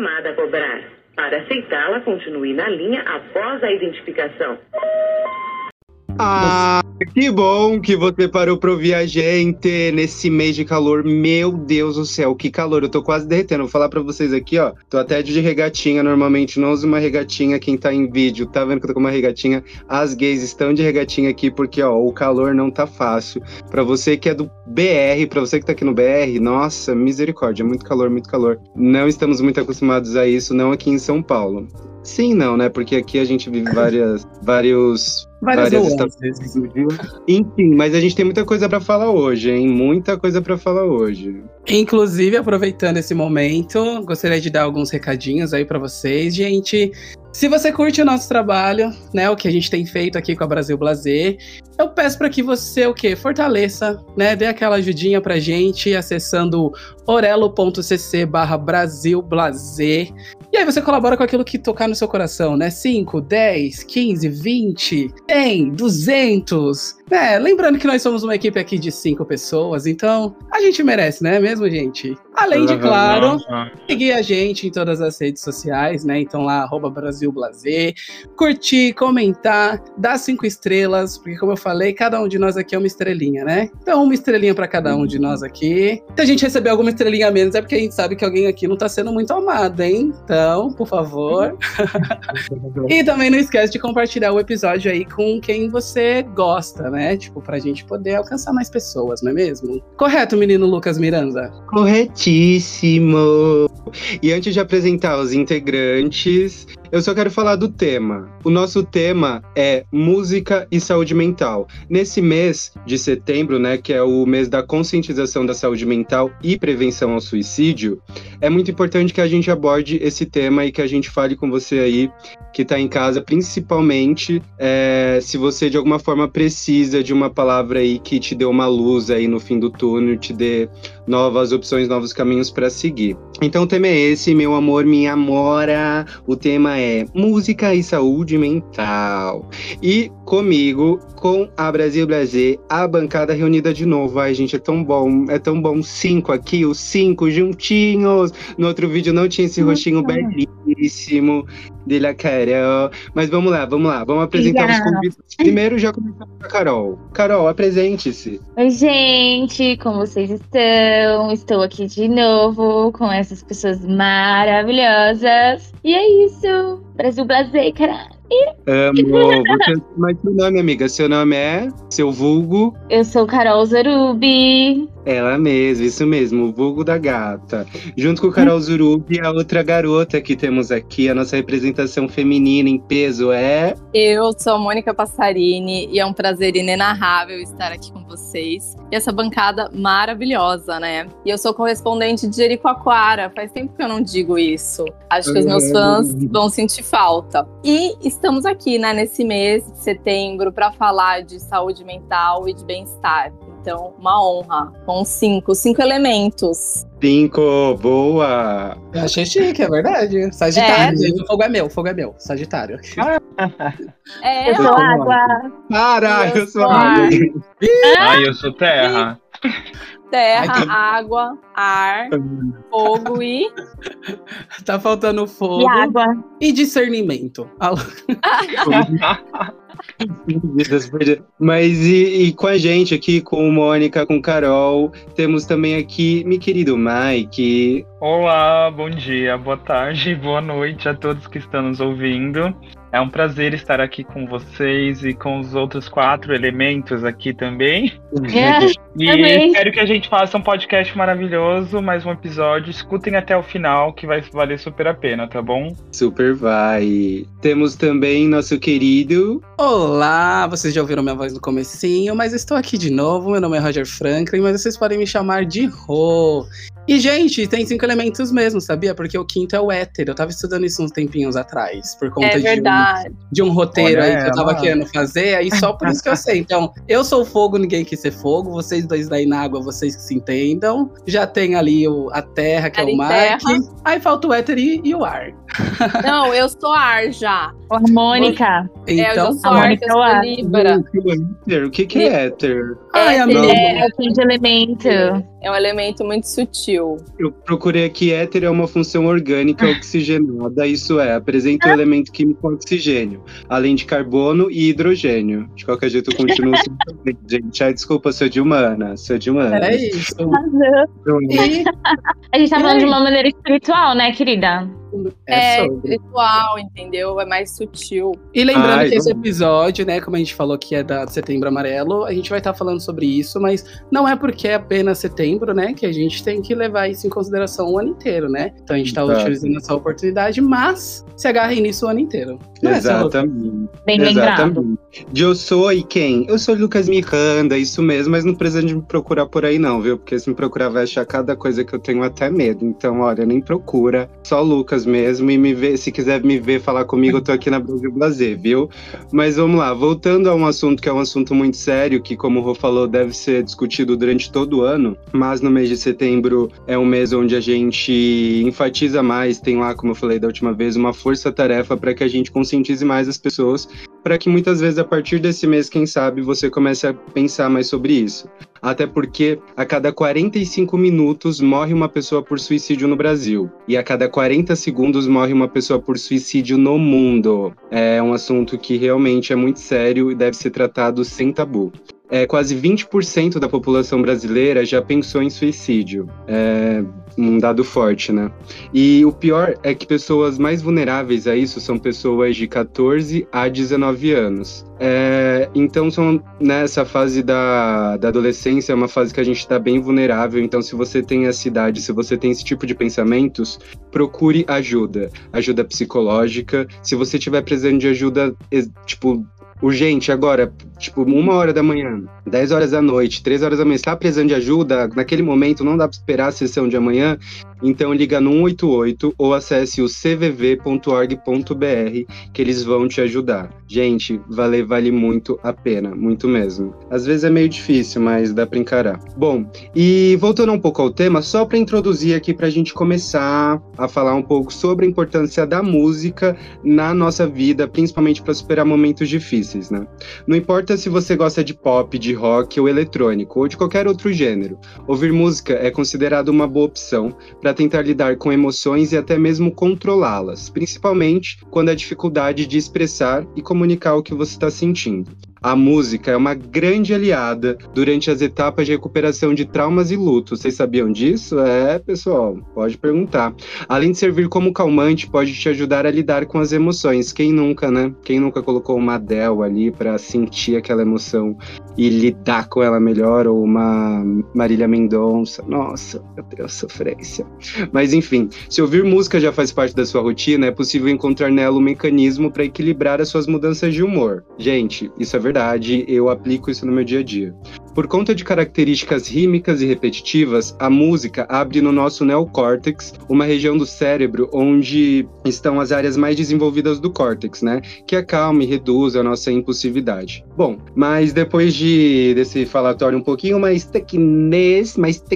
chamada a cobrar. Para aceitá-la, continue na linha após a identificação. Ah, que bom que você parou pra ouvir a gente nesse mês de calor. Meu Deus do céu, que calor. Eu tô quase derretendo. Vou falar pra vocês aqui, ó. Tô até de regatinha, normalmente não uso uma regatinha. Quem tá em vídeo tá vendo que eu tô com uma regatinha. As gays estão de regatinha aqui porque, ó, o calor não tá fácil. Pra você que é do BR, pra você que tá aqui no BR, nossa, misericórdia, muito calor, muito calor. Não estamos muito acostumados a isso, não aqui em São Paulo. Sim, não, né? Porque aqui a gente vive várias estações do dia. Enfim, mas a gente tem muita coisa pra falar hoje, hein? Muita coisa pra falar hoje. Inclusive, aproveitando esse momento, gostaria de dar alguns recadinhos aí pra vocês, gente. Se você curte o nosso trabalho, né, o que a gente tem feito aqui com a Brasil Blazer, eu peço para que você, fortaleça, né, dê aquela ajudinha pra gente, acessando orelo.cc/brasilblazer. E aí você colabora com aquilo que tocar no seu coração, né? 5, 10, 15, 20, 100, 200, né? Lembrando que nós somos uma equipe aqui de 5 pessoas, então a gente merece, né mesmo, gente? Além de, claro, seguir a gente em todas as redes sociais, né? Então lá, @BrasilBlazer, curtir, comentar, dar 5 estrelas, porque como eu falei, cada um de nós aqui é uma estrelinha, né? Então uma estrelinha pra cada um de nós aqui. Se a gente receber alguma estrelinha a menos, é porque a gente sabe que alguém aqui não tá sendo muito amado, hein? Então, por favor. E também não esquece de compartilhar o episódio aí com quem você gosta, né? Tipo, pra gente poder alcançar mais pessoas, não é mesmo? Correto, menino Lucas Miranda? Corretíssimo! E antes de apresentar os integrantes, eu só quero falar do tema. O nosso tema é música e saúde mental. Nesse mês de setembro, né, que é o mês da conscientização da saúde mental e prevenção ao suicídio, é muito importante que a gente aborde esse tema e que a gente fale com você aí que tá em casa, principalmente se você de alguma forma precisa de uma palavra aí que te dê uma luz aí no fim do túnel, te dê novas opções, novos caminhos para seguir. Então o tema é esse, meu amor, minha amora. O tema é música e saúde mental. E comigo, com a Brasil Blazer, a bancada reunida de novo. Ai, gente, é tão bom. 5 aqui, os 5 juntinhos. No outro vídeo não tinha esse rostinho belíssimo dele, a Carol. Mas vamos lá. Vamos apresentar os convidados. Primeiro, já começamos com a Carol. Carol, apresente-se. Oi, gente, como vocês estão? Estou aqui de novo com essas pessoas maravilhosas. E é isso. Brasil Blazer, caralho. Amo. Mas seu nome, amiga? Seu nome é? Seu vulgo? Eu sou Carol Zorubi. Ela mesma, isso mesmo, o vulgo da gata. Junto com o Carol Zorubi, a outra garota que temos aqui, a nossa representação feminina em peso é... Eu sou a Mônica Passarini e é um prazer inenarrável estar aqui com vocês. E essa bancada maravilhosa, né? E eu sou correspondente de Jericoacoara, faz tempo que eu não digo isso. Acho que os meus fãs vão sentir falta. E estamos aqui, né, nesse mês de setembro para falar de saúde mental e de bem-estar. Então, uma honra. Com 5 elementos. 5, boa! Eu achei chique, é verdade. Sagitário, gente, o fogo é meu. Sagitário. Eu sou água. Eu sou água. Ai, eu sou terra. Terra, água, ar, fogo e... Tá faltando fogo. E água. E discernimento. Mas e com a gente aqui, com Mônica, com Carol, temos também aqui meu querido Mike. Olá, bom dia, boa tarde, boa noite a todos que estão nos ouvindo. É um prazer estar aqui com vocês e com os outros 4 elementos aqui também. E espero que a gente faça um podcast maravilhoso, mais um episódio. Escutem até o final, que vai valer super a pena, tá bom? Super vai. Temos também nosso querido... Olá, vocês já ouviram minha voz no comecinho, mas estou aqui de novo. Meu nome é Roger Franklin, mas vocês podem me chamar de Rô. E, gente, tem 5 elementos mesmo, sabia? Porque o 5º é o éter. Eu tava estudando isso uns tempinhos atrás, por conta de um roteiro aí que eu tava querendo fazer, aí só por isso que eu sei. Então, eu sou fogo, ninguém quis ser fogo. Vocês dois daí na água, vocês que se entendam. Já tem ali a terra, que é o Mike. Aí falta o éter e o ar. Não, eu sou ar já. Harmônica. Eu já Então, sou ar, eu sou ar. Libra. O que é éter? ai, amigo. É o quinto elemento. É um elemento muito sutil. Eu procurei aqui, éter é uma função orgânica oxigenada, isso é, apresenta o elemento químico oxigênio, além de carbono e hidrogênio. De qualquer jeito, eu continuo sendo também, gente. Ai, desculpa, sou de humana. É isso. E A gente tá falando de uma maneira espiritual, né, querida? É sobre. espiritual, entendeu? É mais sutil. E lembrando Ai, que esse não. episódio, né, como a gente falou que é da Setembro Amarelo, a gente vai estar falando sobre isso, mas não é porque é apenas setembro, né, que a gente tem que levar isso em consideração o ano inteiro, né? Então a gente tá Exato. utilizando essa oportunidade, mas se agarrem nisso o ano inteiro. Não é, Celso? Exatamente. Bem lembrado. Exatamente. Eu sou e quem? Eu sou Lucas Miranda, isso mesmo, mas não precisa de me procurar por aí não, viu? Porque se me procurar vai achar cada coisa que eu tenho até medo. Então, olha, nem procura, só Lucas mesmo, e me vê, se quiser me ver, falar comigo, eu tô aqui na Brasil Blazer, viu? Mas vamos lá, voltando a um assunto que é um assunto muito sério, que como o Rô falou, deve ser discutido durante todo o ano, mas no mês de setembro é um mês onde a gente enfatiza mais, tem lá, como eu falei da última vez, uma força-tarefa para que a gente conscientize mais as pessoas, para que muitas vezes a partir desse mês, quem sabe, você comece a pensar mais sobre isso. Até porque a cada 45 minutos morre uma pessoa por suicídio no Brasil. E a cada 40 segundos morre uma pessoa por suicídio no mundo. É um assunto que realmente é muito sério e deve ser tratado sem tabu. Quase 20% da população brasileira já pensou em suicídio. É um dado forte, né? E o pior é que pessoas mais vulneráveis a isso são pessoas de 14 a 19 anos. Então, nessa fase da adolescência, é uma fase que a gente está bem vulnerável. Então, se você tem essa idade, se você tem esse tipo de pensamentos, procure ajuda. Ajuda psicológica. Se você estiver precisando de ajuda, urgente agora, 1h da manhã, 10 horas da noite, 3 horas da manhã, está precisando de ajuda, naquele momento não dá para esperar a sessão de amanhã, então liga no 188 ou acesse o cvv.org.br que eles vão te ajudar. Gente, vale muito a pena, muito mesmo. Às vezes é meio difícil, mas dá para encarar. Bom, e voltando um pouco ao tema, só para introduzir aqui para a gente começar a falar um pouco sobre a importância da música na nossa vida, principalmente para superar momentos difíceis, né? Não importa se você gosta de pop, de rock ou eletrônico, ou de qualquer outro gênero, ouvir música é considerado uma boa opção para tentar lidar com emoções e até mesmo controlá-las, principalmente quando há dificuldade de expressar e comunicar o que você está sentindo. A música é uma grande aliada durante as etapas de recuperação de traumas e lutos. Vocês sabiam disso? Pessoal, pode perguntar. Além de servir como calmante, pode te ajudar a lidar com as emoções. Quem nunca, né? Quem nunca colocou uma Adele ali para sentir aquela emoção e lidar com ela melhor? Ou uma Marília Mendonça? Nossa, meu Deus, sofrência. Mas enfim, se ouvir música já faz parte da sua rotina, é possível encontrar nela um mecanismo para equilibrar as suas mudanças de humor. Gente, isso é verdade. Eu aplico isso no meu dia a dia. Por conta de características rítmicas e repetitivas, a música abre no nosso neocórtex, uma região do cérebro onde estão as áreas mais desenvolvidas do córtex, né? Que acalma e reduz a nossa impulsividade. Bom, mas depois desse falatório um pouquinho mais tecnês,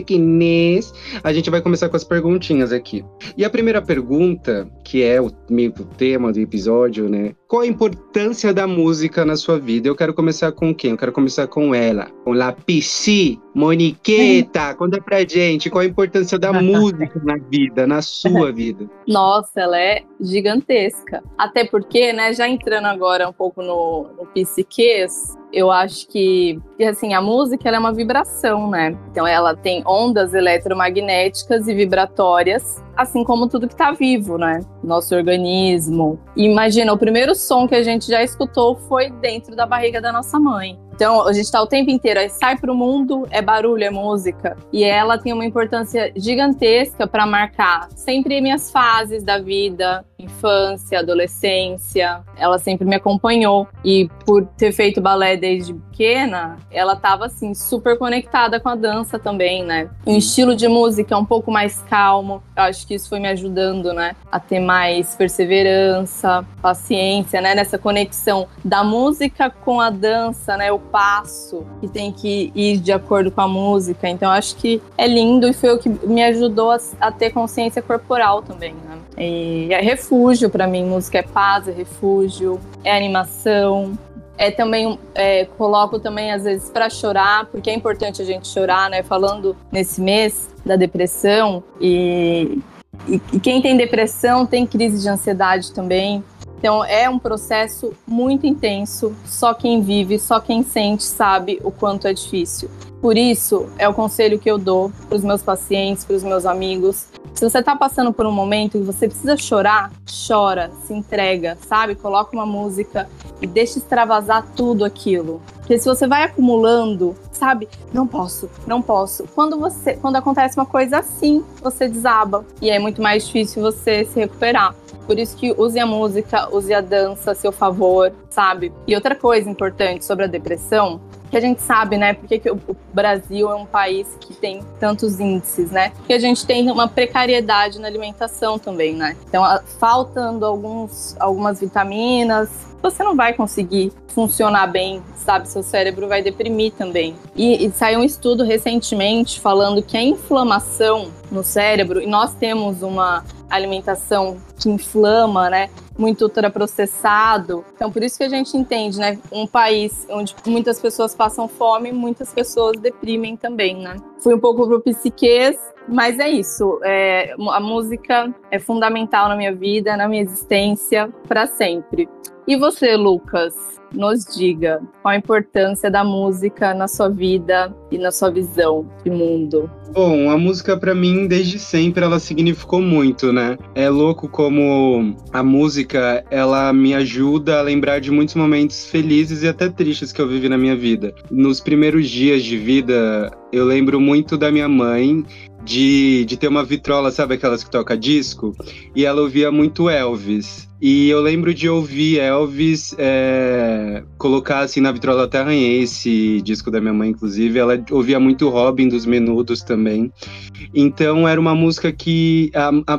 a gente vai começar com as perguntinhas aqui. E a primeira pergunta, que é o meio do tema do episódio, né? Qual a importância da música na sua vida? Eu quero começar com quem? Eu quero começar com ela, com La Pisci, Moniqueta. Conta pra gente qual a importância da música na vida, na sua vida. Nossa, ela é gigantesca. Até porque, né, já entrando agora um pouco no psiquês, eu acho que assim, a música ela é uma vibração, né? Então ela tem ondas eletromagnéticas e vibratórias, assim como tudo que tá vivo, né? Nosso organismo. E imagina, o primeiro som que a gente já escutou foi dentro da barriga da nossa mãe. Então, a gente tá o tempo inteiro, aí sai pro mundo, é barulho, é música. E ela tem uma importância gigantesca para marcar sempre minhas fases da vida, infância, adolescência. Ela sempre me acompanhou. E por ter feito balé desde pequena, ela tava, assim, super conectada com a dança também, né? Um estilo de música um pouco mais calmo. Eu acho que isso foi me ajudando, né? A ter mais perseverança, paciência, né? Nessa conexão da música com a dança, né? O passo que tem que ir de acordo com a música. Então, eu acho que é lindo e foi o que me ajudou a ter consciência corporal também, né? E é refúgio refúgio pra mim. Música é paz, é refúgio, é animação. Também coloco também às vezes para chorar, porque é importante a gente chorar, né? Falando nesse mês da depressão e quem tem depressão tem crise de ansiedade também. Então é um processo muito intenso. Só quem vive, só quem sente sabe o quanto é difícil. Por isso é o conselho que eu dou para os meus pacientes, para os meus amigos. Se você está passando por um momento que você precisa chorar, chora, se entrega, sabe? Coloca uma música e deixa extravasar tudo aquilo. Porque se você vai acumulando, sabe? Não posso. Quando acontece uma coisa assim, você desaba. E é muito mais difícil você se recuperar. Por isso que use a música, use a dança a seu favor, sabe? E outra coisa importante sobre a depressão, que a gente sabe, né? Porque que o Brasil é um país que tem tantos índices, né? Que a gente tem uma precariedade na alimentação também, né? Então, faltando algumas vitaminas, você não vai conseguir funcionar bem, sabe? Seu cérebro vai deprimir também. E saiu um estudo recentemente falando que a inflamação no cérebro, e nós temos uma alimentação que inflama, né? Muito ultraprocessado. Então, por isso que a gente entende, né? Um país onde muitas pessoas passam fome, muitas pessoas deprimem também, né? Fui um pouco pro psiquês, mas é isso. A música é fundamental na minha vida, na minha existência, para sempre. E você, Lucas, nos diga qual a importância da música na sua vida e na sua visão de mundo. Bom, a música pra mim, desde sempre, ela significou muito, né? É louco como a música, ela me ajuda a lembrar de muitos momentos felizes e até tristes que eu vivi na minha vida. Nos primeiros dias de vida, eu lembro muito da minha mãe, de ter uma vitrola, sabe aquelas que toca disco? E ela ouvia muito Elvis. E eu lembro de ouvir Elvis, colocar assim na vitrola, até arranhei esse disco da minha mãe, inclusive. Ela ouvia muito Robin, dos Menudos também. Então era uma música que...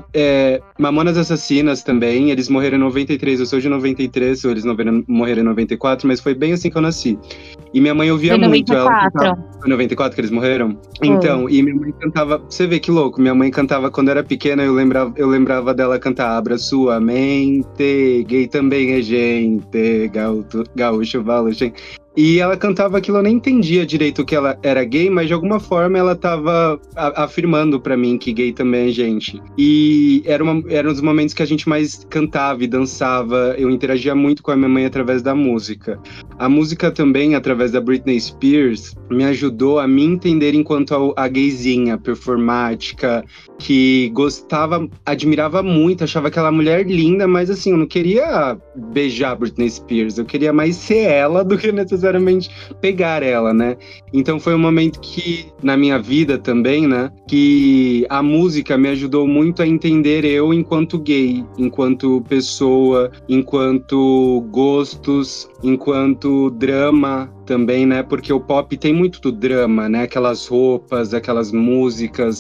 Mamonas Assassinas também, eles morreram em 93, eu sou de 93, ou eles morreram em 94, mas foi bem assim que eu nasci. E minha mãe ouvia muito ela. Foi em 94 que eles morreram? Então, e minha mãe cantava... Você vê que louco, minha mãe cantava quando eu era pequena, eu lembrava dela cantar Abra Sua Mente, gay também é gente, gaúcho, valuxem. E ela cantava aquilo, eu nem entendia direito que ela era gay, mas de alguma forma ela tava afirmando pra mim que gay também é gente. E eram os momentos que a gente mais cantava e dançava, eu interagia muito com a minha mãe através da música. A música também, através da Britney Spears, me ajudou a me entender enquanto a gayzinha, performática, que gostava, admirava muito, achava aquela mulher linda, mas assim, eu não queria beijar a Britney Spears, eu queria mais ser ela do que necessariamente pegar ela, né? Então foi um momento que, na minha vida também, né, que a música me ajudou muito a entender eu enquanto gay, enquanto pessoa, enquanto gostos, enquanto drama também, né? Porque o pop tem muito do drama, né? Aquelas roupas, aquelas músicas,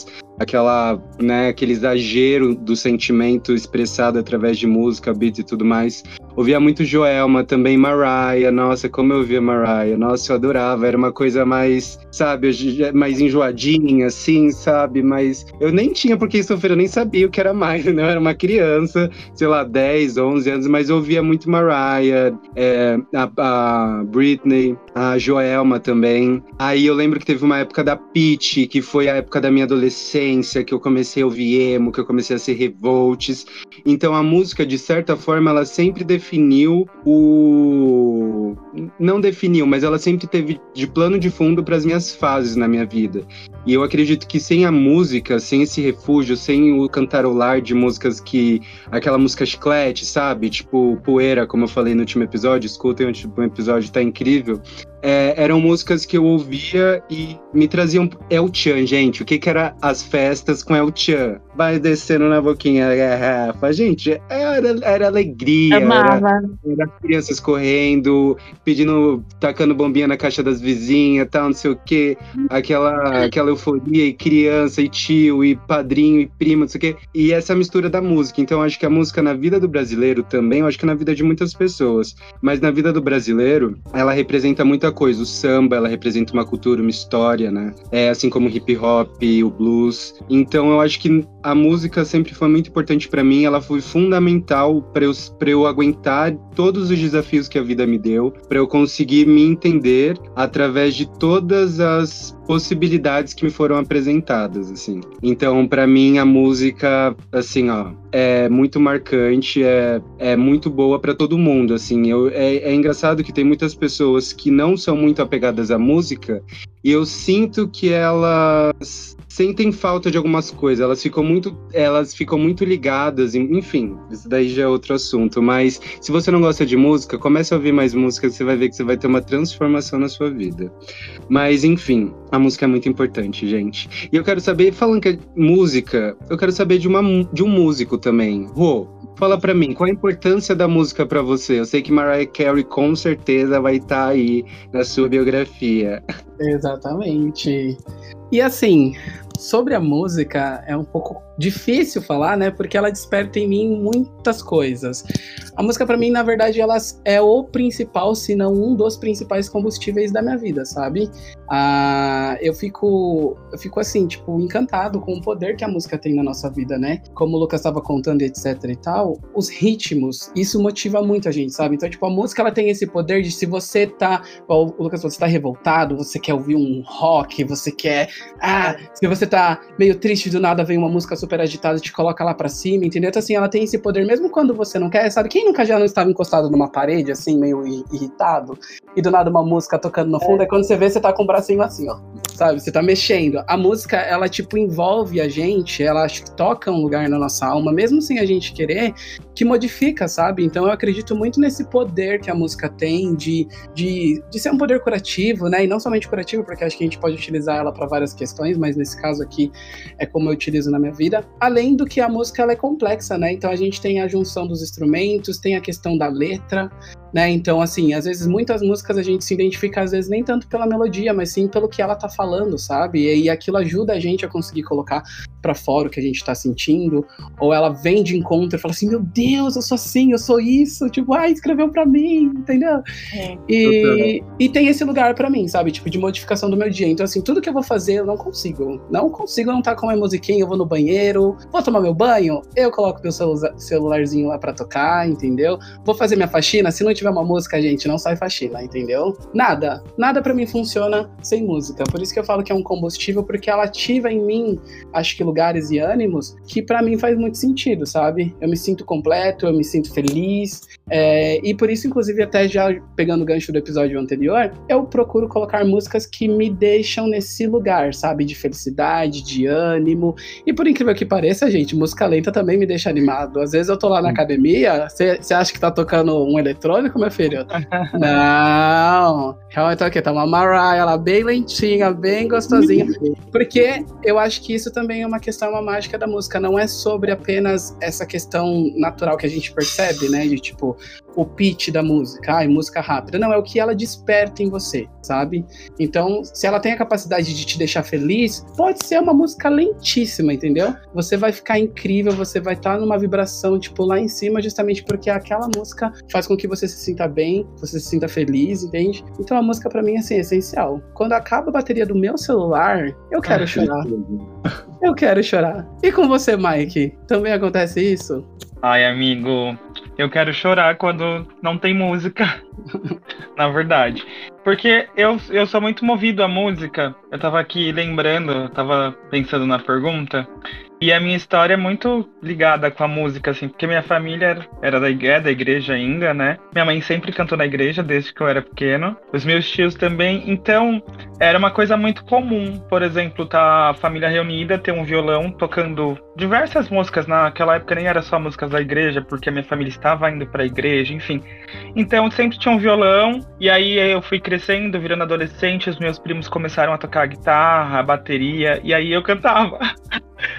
aquele exagero do sentimento expressado através de música, beat e tudo mais. Ouvia muito Joelma também, Mariah, nossa, como eu ouvia Mariah, nossa, eu adorava, era uma coisa mais, sabe, mais enjoadinha, assim, sabe, mas eu nem tinha por que sofrer, eu nem sabia o que era mais, né, eu era uma criança, sei lá, 10, 11 anos, mas eu ouvia muito Mariah, a Britney, a Joelma também. Aí eu lembro que teve uma época da Pitty, que foi a época da minha adolescência, que eu comecei a ouvir emo, que eu comecei a ser revolts. Então a música, de certa forma, ela sempre definiu não definiu, mas ela sempre teve de plano de fundo para as minhas fases na minha vida. E eu acredito que sem a música, sem esse refúgio, sem o cantarolar de músicas aquela música chiclete, sabe? Tipo Poeira, como eu falei no último episódio, escutem o último episódio, tá incrível. Eram músicas que eu ouvia e me traziam El Chan, gente. O que era as festas com El Chan? Vai descendo na boquinha a garrafa. Gente, era alegria, era das crianças correndo, tacando bombinha na caixa das vizinhas, tal, não sei o quê. Aquela euforia, e criança, e tio, e padrinho, e prima, não sei o quê. E essa mistura da música. Então, eu acho que a música na vida do brasileiro também, eu acho que na vida de muitas pessoas, mas na vida do brasileiro, ela representa muita coisa. O samba, ela representa uma cultura, uma história, né? Assim como o hip hop, o blues. Então, eu acho que a música sempre foi muito importante pra mim, ela foi fundamental pra eu aguentar todos os desafios que a vida me deu, pra eu conseguir me entender através de todas as possibilidades que me foram apresentadas, assim. Então, pra mim, a música, assim, ó, é muito marcante, é muito boa pra todo mundo, assim. É engraçado que tem muitas pessoas que não são muito apegadas à música, e eu sinto que elas sentem falta de algumas coisas, elas ficam muito ligadas, enfim, isso daí já é outro assunto, mas se você não gosta de música, comece a ouvir mais música, você vai ver que você vai ter uma transformação na sua vida. Mas, enfim, a música é muito importante, gente. E eu quero saber, falando que é música, eu quero saber de um músico também. Rô, fala pra mim, qual a importância da música pra você? Eu sei que Mariah Carey com certeza vai estar aí na sua biografia. Exatamente. E assim, sobre a música é um pouco difícil falar, né? Porque ela desperta em mim muitas coisas. A música, pra mim, na verdade, ela é o principal, se não um dos principais combustíveis da minha vida, sabe? Eu fico assim, tipo, encantado com o poder que a música tem na nossa vida, né? Como o Lucas estava contando, etc e tal, os ritmos, isso motiva muito a gente, sabe? Então, tipo, a música, ela tem esse poder de, se você tá, o Lucas falou, você tá revoltado, você quer ouvir um rock, você quer, se você tá meio triste, do nada vem uma música super agitada e te coloca lá pra cima, entendeu? Então, assim, ela tem esse poder, mesmo quando você não quer, sabe? Quem nunca já não estava encostado numa parede, assim, meio irritado, e do nada uma música tocando no fundo, quando você vê, você tá com o bracinho assim, ó, sabe? Você tá mexendo. A música, ela, tipo, envolve a gente, ela toca um lugar na nossa alma, mesmo sem a gente querer, que modifica, sabe? Então, eu acredito muito nesse poder que a música tem de ser um poder curativo, né? E não somente curativo, porque acho que a gente pode utilizar ela para várias questões, mas nesse caso aqui é como eu utilizo na minha vida. Além do que a música, ela é complexa, né? Então, a gente tem a junção dos instrumentos, tem a questão da letra, né? Então, assim, às vezes muitas músicas a gente se identifica, às vezes nem tanto pela melodia, mas sim pelo que ela tá falando, sabe? E aquilo ajuda a gente a conseguir colocar pra fora o que a gente tá sentindo, ou ela vem de encontro e fala assim, meu Deus, eu sou assim, eu sou isso, tipo, escreveu pra mim, entendeu? E tem esse lugar pra mim, sabe? Tipo, de modificação do meu dia. Então, assim, tudo que eu vou fazer, eu não consigo não tá com uma musiquinha, eu vou no banheiro, vou tomar meu banho, eu coloco meu celularzinho lá pra tocar, entendeu? Vou fazer minha faxina, se não tiver uma música, gente, não sai faxina, entendeu? Nada pra mim funciona sem música. Por isso que eu falo que é um combustível, porque ela ativa em mim, acho que lugares e ânimos que pra mim faz muito sentido, sabe? Eu me sinto completo, eu me sinto feliz, e por isso, inclusive, até já pegando o gancho do episódio anterior, eu procuro colocar músicas que me deixam nesse lugar, sabe? De felicidade, de ânimo, e por incrível que pareça, gente, música lenta também me deixa animado. Às vezes eu tô lá na academia, você acha que tá tocando um eletrônico, meu filho? Não, realmente tá aqui, tá uma Mariah, ela bem lentinha, bem gostosinha, porque eu acho que isso também é uma questão, uma mágica da música, não é sobre apenas essa questão natural que a gente percebe, né, de tipo, o pitch da música, música rápida, não, é o que ela desperta em você, sabe? Então, se ela tem a capacidade de te deixar feliz, pode ser uma música lentíssima, entendeu? Você vai ficar incrível, você vai estar numa vibração, tipo, lá em cima, justamente porque aquela música faz com que você se sinta bem, você se sinta feliz, entende? Então a música pra mim, assim, é essencial. Quando acaba a bateria do meu celular, eu quero chorar. Eu quero chorar. E com você, Mike? Também acontece isso? Ai, amigo, eu quero chorar quando não tem música, na verdade. Porque eu sou muito movido à música. Eu tava aqui lembrando, eu tava pensando na pergunta, e a minha história é muito ligada com a música, assim, porque minha família era da igreja ainda, né? Minha mãe sempre cantou na igreja desde que eu era pequeno. Os meus tios também. Então, era uma coisa muito comum, por exemplo, tá a família reunida, ter um violão tocando diversas músicas. Naquela época nem era só músicas da igreja, porque a minha família estava indo pra igreja, enfim. Então, sempre tinha um violão, e aí eu fui crescendo, virando adolescente, os meus primos começaram a tocar a guitarra, a bateria, e aí eu cantava.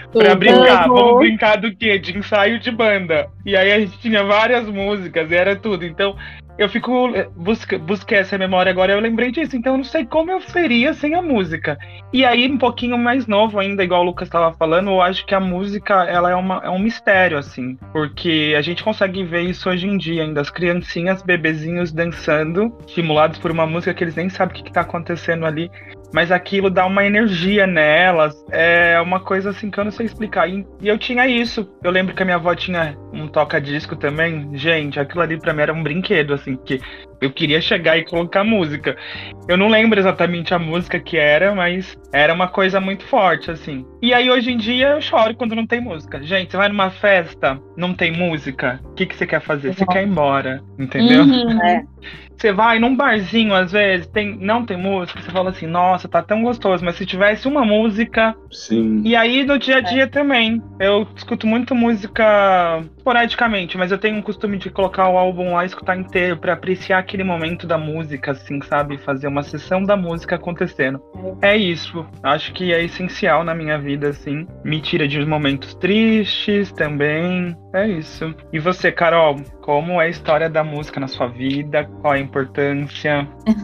Pra brincar, vamos brincar do quê? De ensaio de banda. E aí a gente tinha várias músicas e era tudo. Então, eu busquei essa memória agora, eu lembrei disso. Então, eu não sei como eu seria sem a música. E aí, um pouquinho mais novo ainda, igual o Lucas estava falando, eu acho que a música, ela é um mistério, assim. Porque a gente consegue ver isso hoje em dia ainda. As criancinhas, bebezinhos dançando, estimulados por uma música que eles nem sabem o que tá acontecendo ali. Mas aquilo dá uma energia nelas. É uma coisa assim que eu não sei explicar. E eu tinha isso. Eu lembro que a minha avó tinha um toca-disco também. Gente, aquilo ali pra mim era um brinquedo, assim, que eu queria chegar e colocar música. Eu não lembro exatamente a música que era, mas era uma coisa muito forte, assim. E aí, hoje em dia, eu choro quando não tem música. Gente, você vai numa festa, não tem música, o que você quer fazer? Você quer ir embora, entendeu? Você vai num barzinho, às vezes, não tem música, você fala assim, nossa, tá tão gostoso, mas se tivesse uma música... Sim. E aí, no dia a dia também, eu escuto muito música esporadicamente, mas eu tenho um costume de colocar o álbum lá e escutar inteiro pra apreciar aquele momento da música, assim, sabe? Fazer uma sessão da música acontecendo. É isso, acho que é essencial na minha vida, assim. Me tira de momentos tristes também, é isso. E você, Carol, como é a história da música na sua vida? Qual a importância?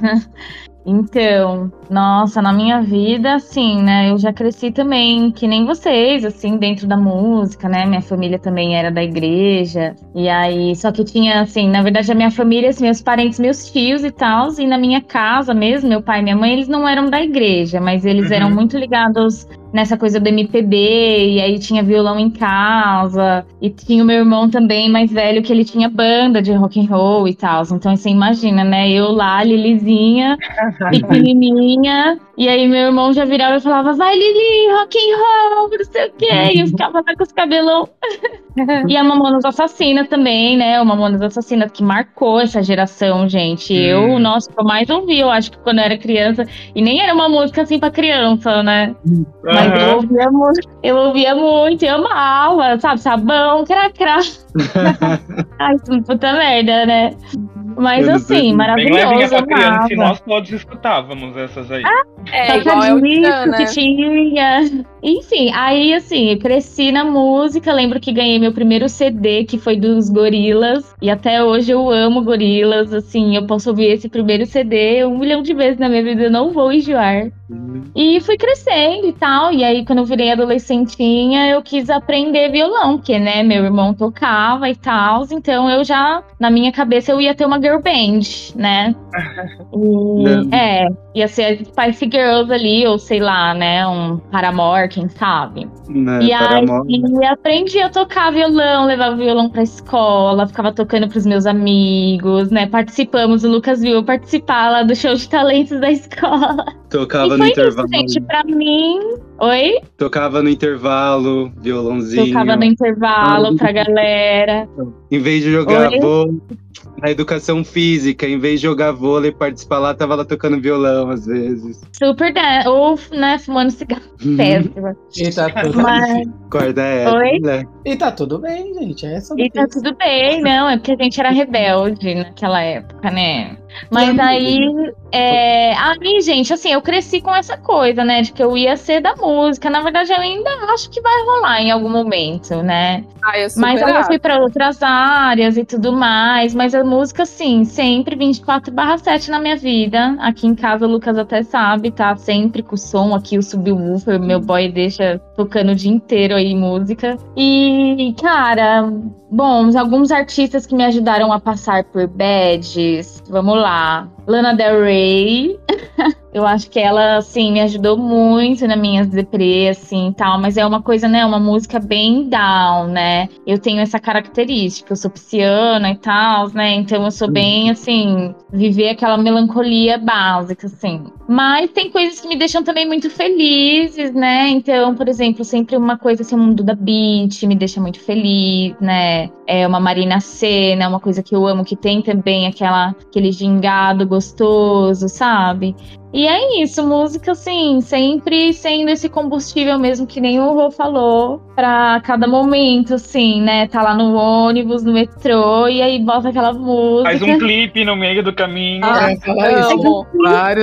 Então, nossa, na minha vida, assim, né, eu já cresci também, que nem vocês, assim, dentro da música, né, minha família também era da igreja, e aí, só que tinha, assim, na verdade, a minha família, assim, meus parentes, meus tios e tal, e na minha casa mesmo, meu pai e minha mãe, eles não eram da igreja, mas eles eram muito ligados nessa coisa do MPB, e aí tinha violão em casa, e tinha o meu irmão também, mais velho, que ele tinha banda de rock and roll e tal, então você imagina, né, eu lá, Lilizinha, pequenininha, e aí meu irmão já virava e falava, vai Lili, rock and roll, não sei o quê, e eu ficava lá com os cabelão. E a Mamonas Assassinas também, né, o Mamonas Assassinas que marcou essa geração, gente. Nossa, eu mais ouvi, eu acho que quando eu era criança, e nem era uma música assim pra criança, né, mas eu ouvia muito, eu amava, sabe, sabão, cracrá. Ai, puta merda, né? Mas assim, maravilhoso, pra criança, e nós todos escutávamos essas aí. Igual eu que tinha. Enfim, aí assim, eu cresci na música, lembro que ganhei meu primeiro CD, que foi dos Gorillaz, e até hoje eu amo Gorillaz, assim, eu posso ouvir esse primeiro CD 1 milhão de vezes na minha vida, eu não vou enjoar. E fui crescendo e tal, e aí quando eu virei adolescentinha, eu quis aprender violão, porque, né, meu irmão tocava e tal, então eu já, na minha cabeça, eu ia ter uma girl band, né? Ia ser Spice Girls ali, ou sei lá, né, um Paramore, quem sabe? E aí aprendi a tocar violão, levava o violão pra escola, ficava tocando pros meus amigos, né? Participamos, o Lucas viu eu participar lá do show de talentos da escola. Tocava no intervalo. Gente, pra mim... Oi? Tocava no intervalo, violãozinho. Tocava no intervalo pra galera. Em vez de jogar vôlei, na educação física, em vez de jogar vôlei, participar lá, tava lá tocando violão às vezes. Super, ou, né, fumando cigarro. Péssima. E tá tudo bem. Oi? Né? E tá tudo bem, gente. Tá tudo bem, não, é porque a gente era rebelde naquela época, né? Mas aí, gente, assim, eu cresci com essa coisa, né, de que eu ia ser da música. Na verdade, eu ainda acho que vai rolar em algum momento, né? Mas aí eu fui pra outras áreas e tudo mais. Mas a música, sim, sempre 24/7 na minha vida. Aqui em casa, o Lucas até sabe, tá sempre com o som aqui, o subwoofer, meu boy deixa tocando o dia inteiro aí música. E, cara, bom, alguns artistas que me ajudaram a passar por badges, vamos lá. Lana Del Rey, eu acho que ela, assim, me ajudou muito nas minhas deprês, assim, tal, mas é uma coisa, né, uma música bem down, né, eu tenho essa característica, eu sou pisciana e tal, né, então eu sou bem, assim, viver aquela melancolia básica, assim. Mas tem coisas que me deixam também muito felizes, né, então, por exemplo, sempre uma coisa assim, o mundo da beat me deixa muito feliz, né, uma Marina Sena, uma coisa que eu amo, que tem também aquele gingado gostoso, sabe? E é isso, música, assim, sempre sendo esse combustível mesmo, que nem o Rô falou, pra cada momento, assim, né? Tá lá no ônibus, no metrô, e aí bota aquela música. Faz um clipe no meio do caminho. Vários videoclipes.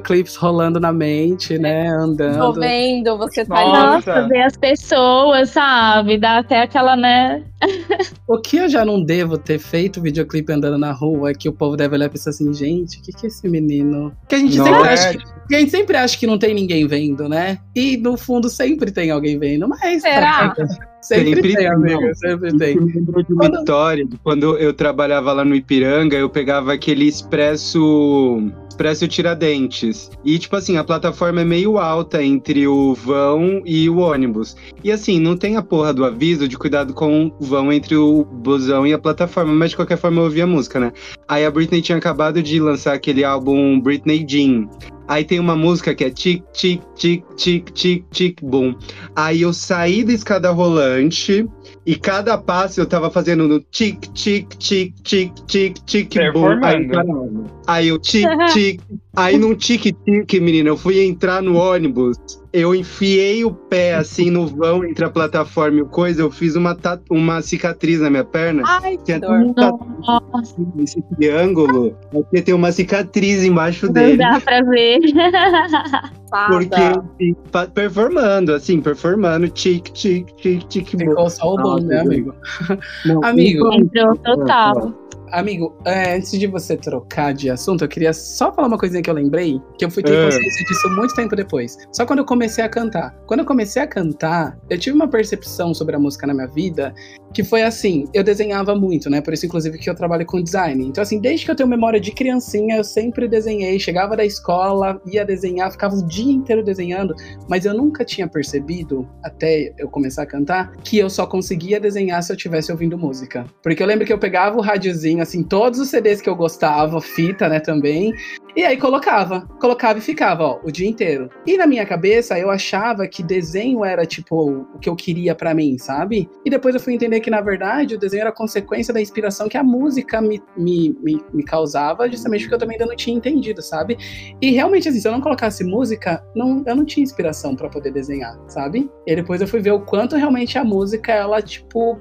videoclipes rolando na mente, né? Andando. Tô vendo, você tá Nossa. Nossa, ver as pessoas, sabe? Dá até aquela, né? O que eu já não devo ter feito videoclipe andando na rua é que o povo deve olhar e pensar assim, gente, o que é esse menino? Que a gente sempre acha que não tem ninguém vendo, né? E no fundo sempre tem alguém vendo, mas... Será? Sempre tem, amigo, sempre tem. Eu me lembro de uma história de quando eu trabalhava lá no Ipiranga, eu pegava aquele expresso Tiradentes. E, tipo assim, a plataforma é meio alta entre o vão e o ônibus. E, assim, não tem a porra do aviso de cuidado com o vão entre o busão e a plataforma, mas de qualquer forma eu ouvia a música, né? Aí a Britney tinha acabado de lançar aquele álbum Britney Jean. Aí tem uma música que é tic, tic, tic, tic, tic, tic, boom. Aí eu saí da escada rolante e cada passo eu tava fazendo no tic, tic, tic, tic, tic, tic, boom. Aí eu tic, tic. Aí num tic, tic, menina, eu fui entrar no ônibus. Eu enfiei o pé assim no vão entre a plataforma e o coisa. Eu fiz uma cicatriz na minha perna. Ai, que dor. Esse triângulo, porque tem uma cicatriz embaixo Não dele. dá pra ver. Porque performando, tic, tic, tic, tic. Ficou só o bom, né, amigo? Não, Amigo, Entrou total. Amigo, antes de você trocar de assunto, eu queria só falar uma coisinha que eu lembrei, que eu fui ter consciência disso muito tempo depois. Só quando eu comecei a cantar. Quando eu comecei a cantar, eu tive uma percepção sobre a música na minha vida, que foi assim, eu desenhava muito, né? Por isso, inclusive, que eu trabalho com design. Então, assim, desde que eu tenho memória de criancinha, eu sempre desenhei. Chegava da escola, ia desenhar, ficava o dia inteiro desenhando, mas eu nunca tinha percebido, até eu começar a cantar, que eu só conseguia desenhar se eu estivesse ouvindo música. Porque eu lembro que eu pegava o rádiozinho, assim, todos os CDs que eu gostava, fita, né, também, e aí colocava e ficava, ó, o dia inteiro. E na minha cabeça, eu achava que desenho era, tipo, o que eu queria pra mim, sabe? E depois eu fui entender que, na verdade, o desenho era consequência da inspiração que a música me causava, justamente porque eu também ainda não tinha entendido, sabe? E realmente, assim, se eu não colocasse música, eu não tinha inspiração pra poder desenhar, sabe? E depois eu fui ver o quanto realmente a música, ela, tipo,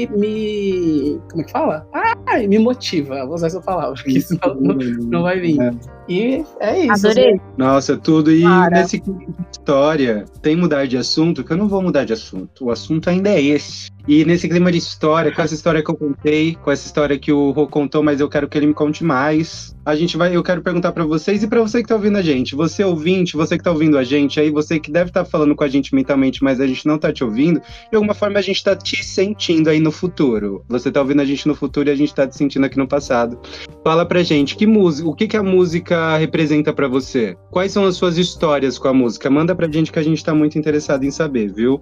como é que fala? Me motiva, vou usar essa palavra, porque senão não vai vir. E é isso. Adorei. Nossa, tudo. E Para. nesse história, tem mudar de assunto, que eu não vou mudar de assunto. O assunto ainda é esse. E nesse clima de história, com essa história que eu contei, com essa história que o Rô contou, mas eu quero que ele me conte mais. Eu quero perguntar pra vocês e pra você que tá ouvindo a gente. Você ouvinte, você que tá ouvindo a gente aí, você que deve estar falando com a gente mentalmente, mas a gente não tá te ouvindo, de alguma forma a gente tá te sentindo aí no futuro. Você tá ouvindo a gente no futuro e a gente tá te sentindo aqui no passado. Fala pra gente, o que a música representa pra você? Quais são as suas histórias com a música? Manda pra gente que a gente tá muito interessado em saber, viu?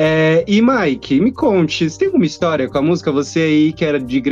E Mike, me conte, você tem alguma história com a música? Você aí que era de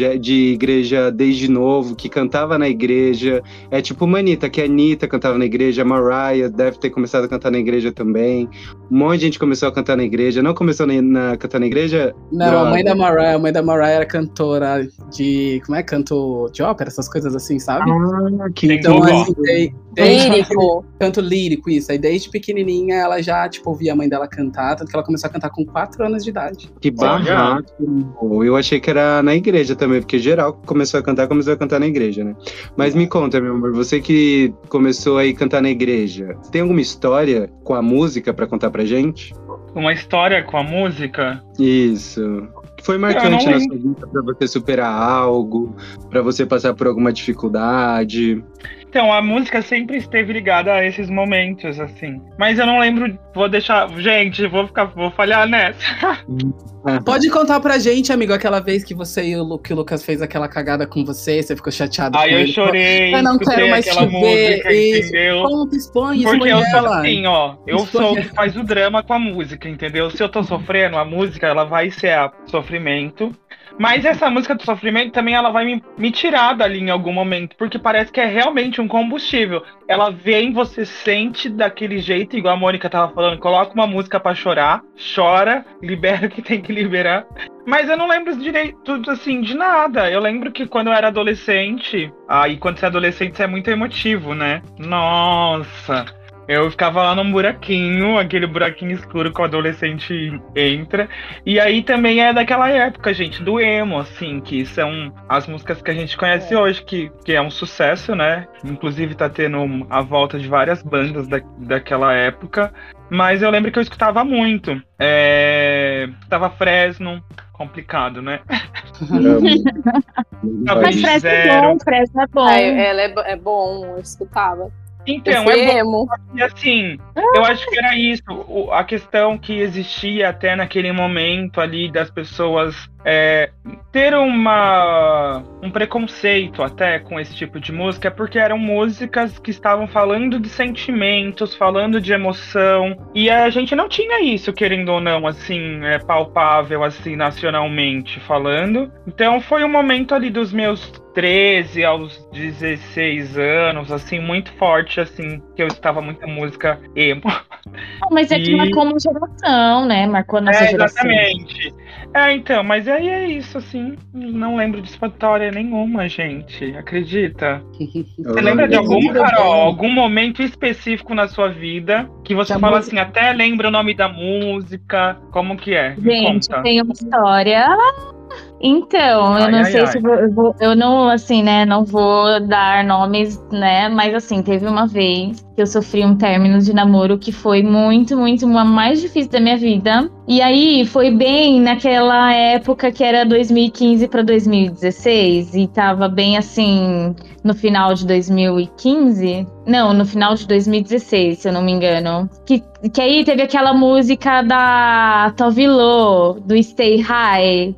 igreja desde novo, que cantava na igreja, é tipo uma Anitta, que a Anitta cantava na igreja, a Mariah deve ter começado a cantar na igreja também, um monte de gente começou a cantar na igreja, não começou a cantar na igreja? Não, a mãe da Mariah era cantora de, canto de ópera, essas coisas assim, sabe? Que então, assim, lírico. Canto lírico, isso, aí desde pequenininha ela já, tipo, ouvia a mãe dela cantar, tanto que ela começou a cantar com 4 anos de idade. Que barraco. Eu achei que era na igreja também, porque geral começou a cantar na igreja, né? Mas me conta, meu amor, você que começou aí a cantar na igreja, tem alguma história com a música pra contar pra gente? Uma história com a música? Isso. Foi marcante na sua vida pra você superar algo, pra você passar por alguma dificuldade? Então, a música sempre esteve ligada a esses momentos, assim. Mas eu não lembro, vou deixar... Gente, vou falhar nessa. Pode contar pra gente, amigo, aquela vez que você e o Lucas fez aquela cagada com você ficou chateado com ele. Eu chorei, eu não quero mais te ver, entendeu? Expõe porque eu sou ela. assim, ó, eu sou o que faz o drama com a música, entendeu? Se eu tô sofrendo, a música, ela vai ser sofrimento. Mas essa música do sofrimento também ela vai me tirar dali em algum momento, porque parece que é realmente um combustível. Ela vem, você sente daquele jeito, igual a Mônica tava falando, coloca uma música pra chorar, chora, libera o que tem que liberar. Mas eu não lembro direito, assim, de nada. Eu lembro que quando eu era adolescente, e quando você é adolescente você é muito emotivo, né? Nossa! Eu ficava lá num buraquinho, aquele buraquinho escuro que o adolescente entra. E aí também é daquela época, gente, do emo, assim, que são as músicas que a gente conhece hoje, que é um sucesso, né? Inclusive tá tendo a volta de várias bandas daquela época. Mas eu lembro que eu escutava muito. Escutava Fresno, complicado, né? Mas Fresno é bom, Fresno é bom. Ela é bom, eu escutava. Então, emo. E assim, eu acho que era isso, a questão que existia até naquele momento ali das pessoas ter um preconceito até com esse tipo de música, porque eram músicas que estavam falando de sentimentos, falando de emoção, e a gente não tinha isso, querendo ou não, assim, palpável, assim, nacionalmente falando. Então foi um momento ali dos meus 13 aos 16 anos, assim, muito forte, assim, que eu escutava muita música emo. Mas é que marcou uma geração, né? Marcou a nossa geração. Exatamente. Então, mas aí é isso, assim, não lembro de história nenhuma, gente, acredita? Você lembra de alguma, Carol, algum momento específico na sua vida que você fala assim, até lembra o nome da música, como que é? Gente, tem uma história... Então, eu não sei se eu não, assim, né, não vou dar nomes, né, mas assim, teve uma vez que eu sofri um término de namoro que foi muito, muito, a mais difícil da minha vida. E aí, foi bem naquela época que era 2015 para 2016 e tava bem assim, no final de 2015. Não, no final de 2016, se eu não me engano. Que aí teve aquela música da Tove Lo, do Stay High.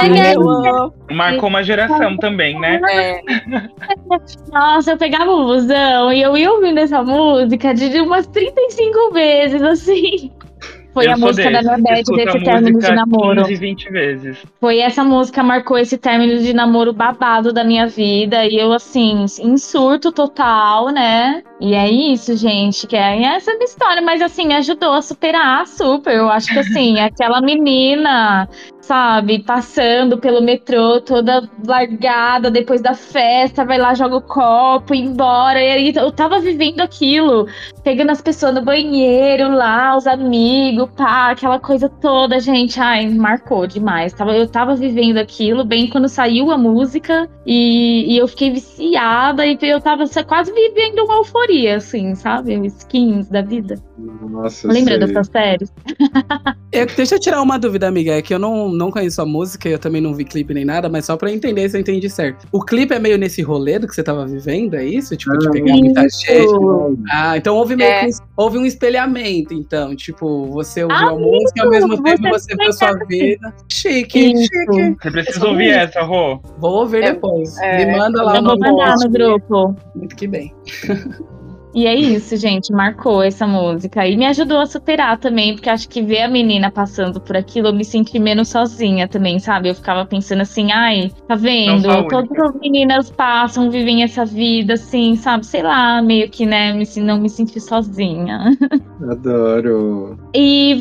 Marcou uma geração também, né? Nossa, eu pegava o busão e eu ia ouvindo essa música de umas 35 vezes, assim. Foi a música da Nordeste desse término de namoro. 15, 20 vezes. Foi essa música, marcou esse término de namoro babado da minha vida. E eu, assim, em surto total, né? E é isso, gente, que é essa minha história. Mas, assim, me ajudou a superar super. Eu acho que, assim, aquela menina, sabe, passando pelo metrô, toda largada depois da festa, vai lá, joga o copo, ir embora. E aí eu tava vivendo aquilo, pegando as pessoas no banheiro lá, os amigos, pá, aquela coisa toda, gente. Ai, marcou demais. Eu tava vivendo aquilo bem quando saiu a música e eu fiquei viciada e eu tava quase vivendo uma euforia, assim, sabe? Os skins da vida. Nossa, lembra dessas séries? Deixa eu tirar uma dúvida, amiga. É que eu não conheço a música, eu também não vi clipe nem nada, mas só pra entender se eu entendi certo. O clipe é meio nesse rolê do que você tava vivendo, é isso? Tipo, de pegar muita gente. Então houve meio que houve um espelhamento, então. Tipo, você ouviu a música e ao mesmo tempo você viu a sua vida. Chique. Você precisa ouvir essa, Rô? Vou ouvir depois. Me manda lá eu vou mandar no grupo. Muito que bem. E é isso, gente, marcou essa música. E me ajudou a superar também, porque acho que ver a menina passando por aquilo, eu me senti menos sozinha também, sabe? Eu ficava pensando assim, ai, tá vendo? Todas as meninas passam, vivem essa vida, assim, sabe? Sei lá, meio que, né, não me senti sozinha. Adoro. E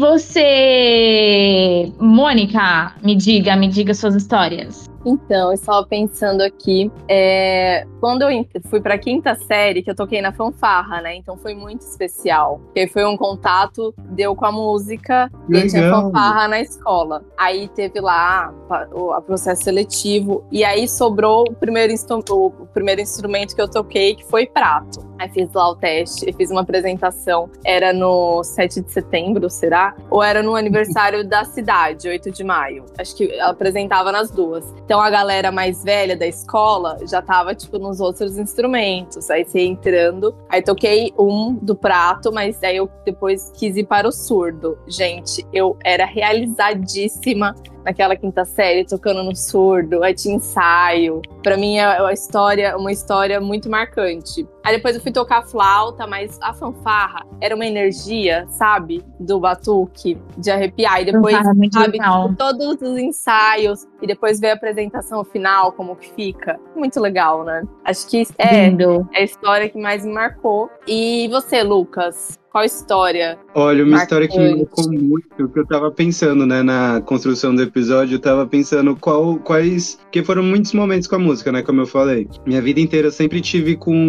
você, Mônica, me diga suas histórias. Então, eu estava pensando aqui, quando eu fui para a 5ª série, que eu toquei na fanfarra, né? Então foi muito especial. Porque foi um contato, deu com a música, e eu tinha fanfarra na escola. Aí teve lá o processo seletivo, e aí sobrou o primeiro instrumento que eu toquei, que foi prato. Aí fiz lá o teste, fiz uma apresentação. Era no 7 de setembro, será? Ou era no aniversário da cidade, 8 de maio. Acho que ela apresentava nas duas. Então a galera mais velha da escola já tava, tipo, nos outros instrumentos. Aí você ia entrando. Aí toquei do prato, mas aí eu depois quis ir para o surdo. Gente, eu era realizadíssima naquela 5ª série, tocando no surdo. Aí tinha ensaio. Pra mim é uma história muito marcante. Aí depois eu fui tocar flauta, mas a fanfarra era uma energia, sabe? Do batuque, de arrepiar. E depois, sabe, tipo, todos os ensaios. E depois ver a apresentação final, como que fica. Muito legal, né? Acho que é a história que mais me marcou. E você, Lucas? Qual história? Olha, uma história que me marcou muito, que eu tava pensando, né, na construção do episódio, eu tava pensando quais... Porque foram muitos momentos com a música, né, como eu falei. Minha vida inteira eu sempre tive com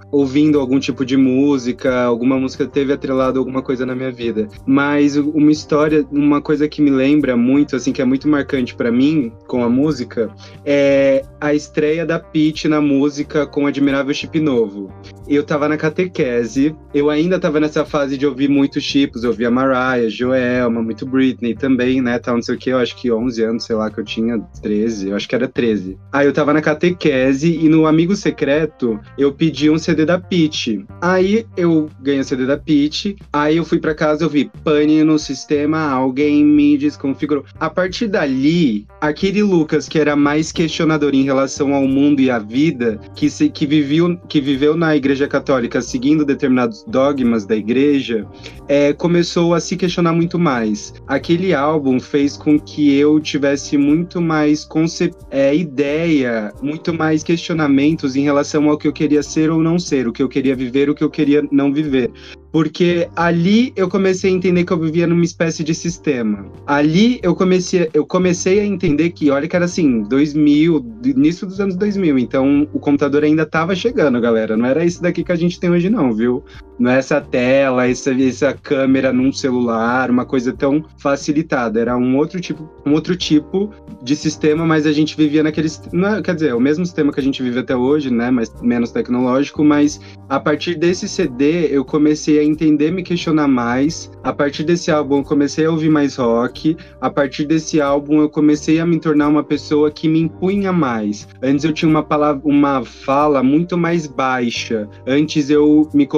ouvindo algum tipo de música, alguma música teve atrelado alguma coisa na minha vida. Mas uma história, uma coisa que me lembra muito, assim, que é muito marcante pra mim com a música, é a estreia da Pitty na música com o Admirável Chip Novo. Eu tava na catequese, eu ainda tava nessa fase de ouvir muitos chipos, eu ouvia Mariah, Joelma, muito Britney também, né, tal, não sei o que, eu acho que 11 anos, sei lá, que eu tinha 13, eu acho que era 13. Aí eu tava na catequese e no Amigo Secreto eu pedi um CD da Pitty. Aí eu ganhei o CD da Pitty, aí eu fui pra casa e eu vi pane no sistema, alguém me desconfigurou. A partir dali, aquele Lucas que era mais questionador em relação ao mundo e à vida, que viveu na Igreja Católica seguindo determinados dogmas da igreja, começou a se questionar muito mais. Aquele álbum fez com que eu tivesse muito mais ideia, muito mais questionamentos em relação ao que eu queria ser ou não ser, o que eu queria viver, o que eu queria não viver. Porque ali eu comecei a entender que eu vivia numa espécie de sistema. Ali eu comecei a entender que, olha que era assim, 2000, início dos anos 2000, então o computador ainda estava chegando, galera. Não era isso daqui que a gente tem hoje não, viu? Não é essa tela, essa câmera num celular, uma coisa tão facilitada. Era um outro tipo de sistema, mas a gente vivia quer dizer, o mesmo sistema que a gente vive até hoje, né? Mas menos tecnológico, mas a partir desse CD eu comecei a entender, me questionar mais. A partir desse álbum eu comecei a ouvir mais rock. A partir desse álbum eu comecei a me tornar uma pessoa que me impunha mais. Antes eu tinha uma fala muito mais baixa. Antes eu me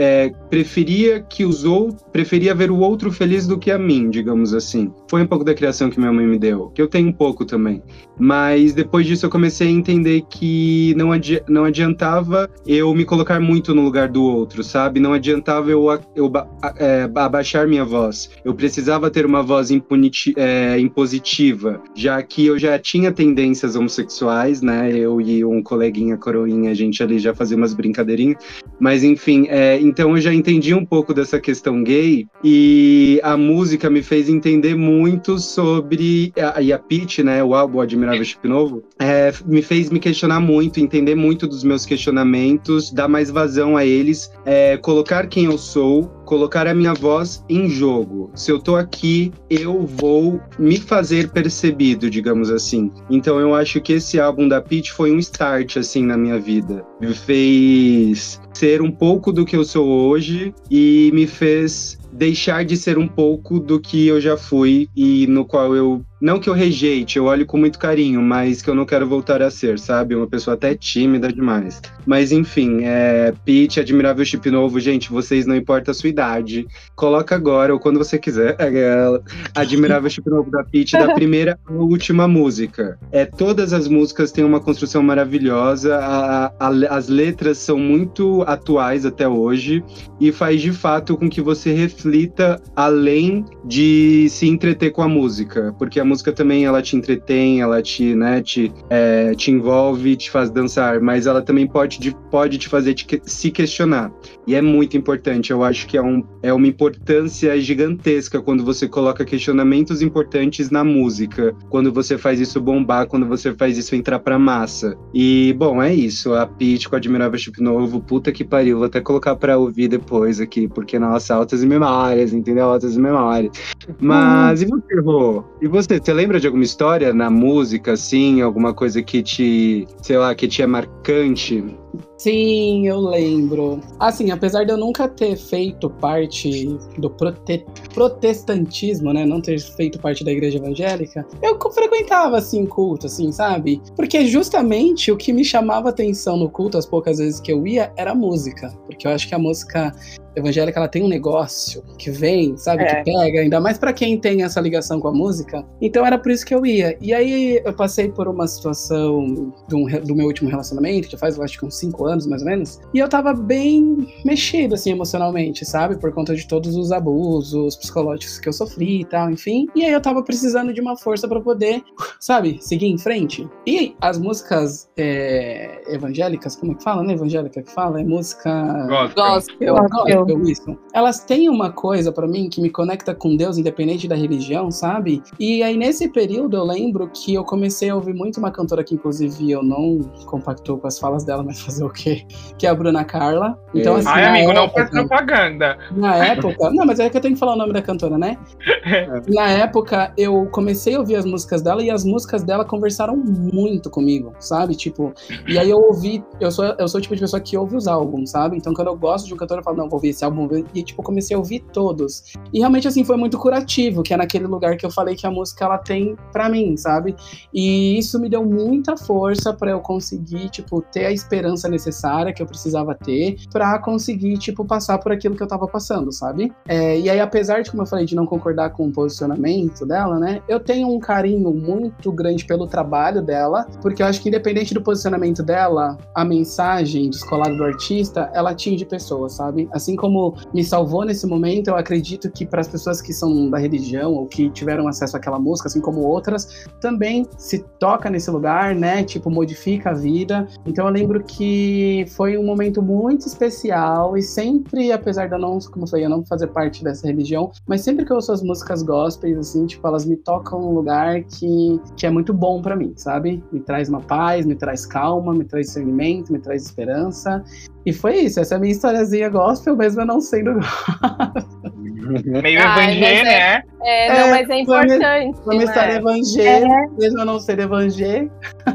preferia ver o outro feliz do que a mim, digamos assim. Foi um pouco da criação que minha mãe me deu, que eu tenho um pouco também. Mas depois disso eu comecei a entender que não adiantava eu me colocar muito no lugar do outro, sabe? Não adiantava eu abaixar minha voz. Eu precisava ter uma voz impositiva, já que eu já tinha tendências homossexuais, né? Eu e um coleguinha coroinha, a gente ali já fazia umas brincadeirinhas. Mas enfim, então eu já entendi um pouco dessa questão gay e a música me fez entender muito sobre... E a Pitty, né? O álbum Admirável Chip Novo, me fez me questionar muito, entender muito dos meus questionamentos, dar mais vazão a eles, colocar quem eu sou, colocar a minha voz em jogo. Se eu tô aqui, eu vou me fazer percebido, digamos assim. Então eu acho que esse álbum da Pitty foi um start, assim, na minha vida. Me fez ser um pouco do que eu sou hoje e me fez deixar de ser um pouco do que eu já fui e no qual eu... Não que eu rejeite, eu olho com muito carinho, mas que eu não quero voltar a ser, sabe? Uma pessoa até tímida demais. Mas enfim, Pitty, Admirável Chip Novo, gente, vocês não importa a sua idade. Coloca agora, ou quando você quiser, Admirável Chip Novo da Pitty, da primeira à última música. Todas as músicas têm uma construção maravilhosa, as letras são muito atuais até hoje, e faz de fato com que você reflita além de se entreter com a música, porque a música também ela te entretém, ela te envolve, te faz dançar, mas ela também pode te fazer se questionar. E é muito importante, eu acho que é uma importância gigantesca quando você coloca questionamentos importantes na música, quando você faz isso bombar, quando você faz isso entrar pra massa. E, bom, é isso, a Pitty com Admirável Chip Novo, puta que pariu, vou até colocar pra ouvir depois aqui, porque, nossa, altas memórias, entendeu? Altas memórias. Mas, e você, Rô? E você lembra de alguma história na música, assim, alguma coisa que te é marcante? Sim, eu lembro. Assim, apesar de eu nunca ter feito parte do protestantismo, né? Não ter feito parte da igreja evangélica, eu frequentava, assim, culto, assim, sabe? Porque justamente o que me chamava atenção no culto, as poucas vezes que eu ia, era a música. Porque eu acho que a música evangélica, ela tem um negócio que vem, sabe? Que pega, ainda mais pra quem tem essa ligação com a música. Então era por isso que eu ia. E aí eu passei por uma situação do meu último relacionamento, que faz, eu acho que uns 5 anos, mais ou menos. E eu tava bem mexido, assim, emocionalmente, sabe? Por conta de todos os abusos psicológicos que eu sofri e tal, enfim. E aí eu tava precisando de uma força pra poder, sabe? Seguir em frente. E as músicas evangélicas, como é que fala, né? Evangélica que fala? É música... Gospel. percebeu isso? Elas têm uma coisa pra mim que me conecta com Deus, independente da religião, sabe? E aí nesse período eu lembro que eu comecei a ouvir muito uma cantora que inclusive eu não compactou com as falas dela, mas fazer o quê? Que é a Bruna Carla. Então, assim, Ai, amigo, não faz época, propaganda. na época... Não, mas é que eu tenho que falar o nome da cantora, né? Na época, eu comecei a ouvir as músicas dela e as músicas dela conversaram muito comigo, sabe? Tipo, e aí eu ouvi... Eu sou o tipo de pessoa que ouve os álbuns, sabe? Então, quando eu gosto de um cantor, eu falo, não, vou ouvir esse álbum. E, tipo, comecei a ouvir todos. E realmente, assim, foi muito curativo, que é naquele lugar que eu falei que a música, ela tem pra mim, sabe? E isso me deu muita força pra eu conseguir, tipo, ter a esperança necessária que eu precisava ter pra conseguir, tipo, passar por aquilo que eu tava passando, sabe? E aí, apesar de, como eu falei, de não concordar com o posicionamento dela, né? Eu tenho um carinho muito grande pelo trabalho dela, porque eu acho que independente do posicionamento dela, a mensagem descolada do artista, ela atinge pessoas, sabe? Assim como me salvou nesse momento, eu acredito que para as pessoas que são da religião ou que tiveram acesso àquela música, assim como outras, também se toca nesse lugar, né? Tipo, modifica a vida. Então eu lembro que foi um momento muito especial e sempre, apesar de eu não, como eu falei, eu não fazer parte dessa religião, mas sempre que eu ouço as músicas gospels, assim, tipo, elas me tocam num lugar que é muito bom pra mim, sabe? Me traz uma paz, me traz calma, me traz discernimento, me traz esperança. E foi isso, essa é a minha historiazinha gospel, mesmo eu não sendo Meio evangélico, né? Não, mas é importante. Uma história evangélica, mesmo eu não ser evangélico.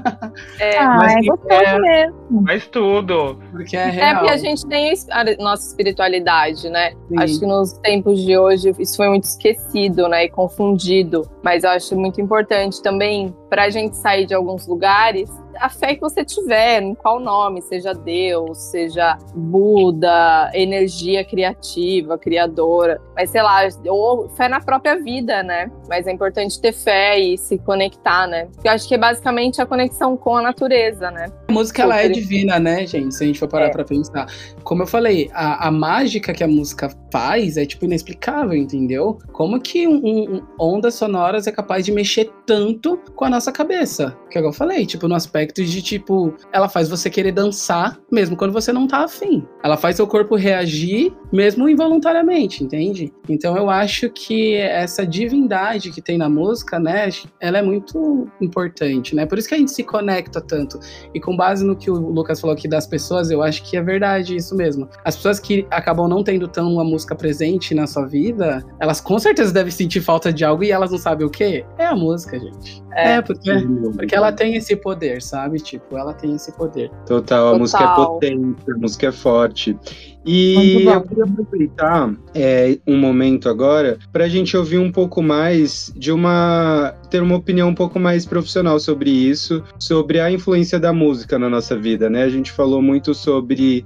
Mas é gostoso mesmo. Faz tudo. Porque é real. Porque a gente tem a nossa espiritualidade, né? Sim. Acho que nos tempos de hoje isso foi muito esquecido, né? E confundido. Mas eu acho muito importante também, pra gente sair de alguns lugares, a fé que você tiver, em qual nome, seja Deus, seja Buda, energia criativa, criadora, mas sei lá, ou fé na própria vida, né? Mas é importante ter fé e se conectar, né? Porque eu acho que é basicamente a conexão com a natureza, né? A música, ela é divina, né, gente? Se a gente for parar pra pensar. Como eu falei, a mágica que a música faz é, tipo, inexplicável, entendeu? Como que ondas sonoras é capaz de mexer tanto com a nossa cabeça? Que é o que eu falei, tipo, no aspecto de, tipo, ela faz você querer dançar mesmo quando você não tá afim. Ela faz seu corpo reagir mesmo involuntariamente, entende? Então eu acho que essa divindade que tem na música, né, ela é muito importante, né? Por isso que a gente se conecta tanto. E com base no que o Lucas falou aqui das pessoas, eu acho que é verdade isso mesmo. As pessoas que acabam não tendo tão uma música presente na sua vida, elas com certeza devem sentir falta de algo e elas não sabem o quê? É a música, gente. Porque ela tem esse poder, sabe? Tipo, ela tem esse poder. Total, a música é potente, a música é forte. E eu queria aproveitar um momento agora pra gente ouvir um pouco mais ter uma opinião um pouco mais profissional sobre isso, sobre a influência da música na nossa vida, né? A gente falou muito sobre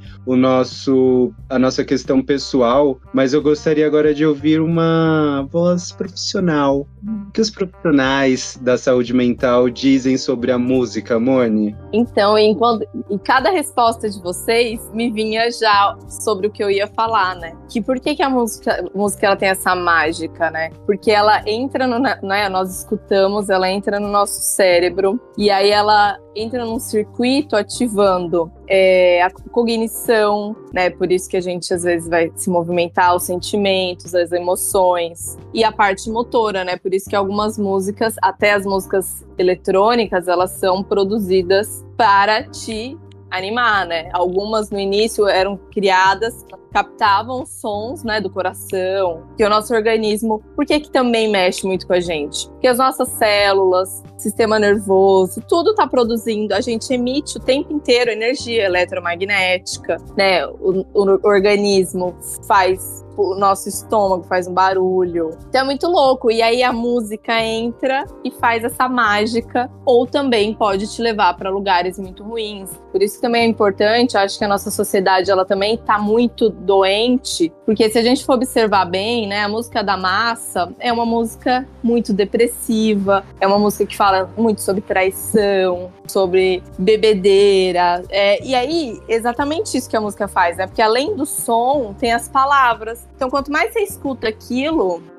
a nossa questão pessoal, mas eu gostaria agora de ouvir uma voz profissional. O que os profissionais da saúde mental dizem sobre a música, Moni? Então, em cada resposta de vocês, me vinha já sobre o que eu ia falar, né? Que por que a música ela tem essa mágica, né? Porque ela entra nós escutamos, ela entra no nosso cérebro e aí ela entra num circuito ativando a cognição, né? Por isso que a gente às vezes vai se movimentar, os sentimentos, as emoções e a parte motora, né? Por isso que algumas músicas, até as músicas eletrônicas, elas são produzidas para te animar, né? Algumas no início eram criadas, captavam sons, né, do coração, que o nosso organismo, por que também mexe muito com a gente? Porque as nossas células, sistema nervoso, tudo tá produzindo, a gente emite o tempo inteiro energia eletromagnética, né? O organismo faz, o nosso estômago faz um barulho. Então é muito louco. E aí a música entra e faz essa mágica, ou também pode te levar para lugares muito ruins. Por isso que também é importante, acho que a nossa sociedade ela também tá muito doente, porque se a gente for observar bem, né, a música da massa é uma música muito depressiva, é uma música que fala muito sobre traição, sobre bebedeira, e aí exatamente isso que a música faz, né, porque além do som tem as palavras, então quanto mais você escuta aquilo,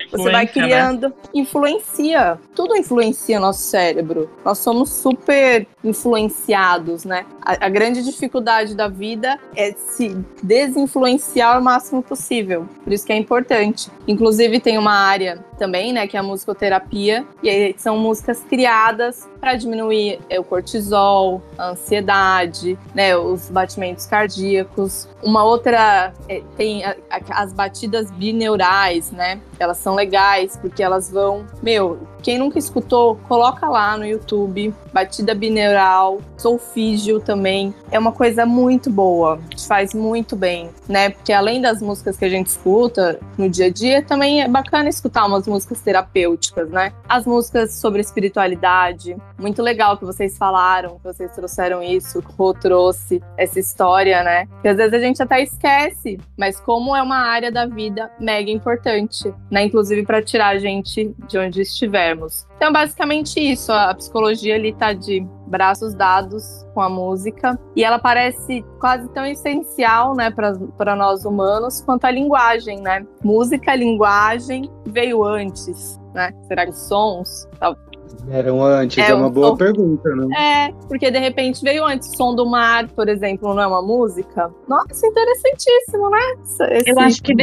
Você vai Influência, criando, influencia. Tudo influencia nosso cérebro. Nós somos super influenciados, né? A grande dificuldade da vida é se desinfluenciar o máximo possível. Por isso que é importante. Inclusive tem uma área também, né, que é a musicoterapia, e aí são músicas criadas para diminuir o cortisol, a ansiedade, né, os batimentos cardíacos. Uma outra tem as batidas bineurais, né? Elas são legais porque elas vão... quem nunca escutou, coloca lá no YouTube. Batida bineural, solfígio também. É uma coisa muito boa, te faz muito bem, né? Porque além das músicas que a gente escuta no dia a dia, também é bacana escutar umas músicas terapêuticas, né? As músicas sobre espiritualidade. Muito legal que vocês falaram, que vocês trouxeram isso, que o Rô trouxe essa história, né? Que às vezes a gente até esquece, mas como é uma área da vida mega importante, né? Inclusive para tirar a gente de onde estivermos. Então, basicamente isso. A psicologia ali tá de braços dados com a música. E ela parece quase tão essencial, né, para nós humanos, quanto a linguagem, né? Música, linguagem veio antes, né? Será que sons... Eram antes, é uma boa pergunta, né? Porque de repente veio antes. O som do mar, por exemplo, não é uma música? Nossa, interessantíssimo, né? Eu acho que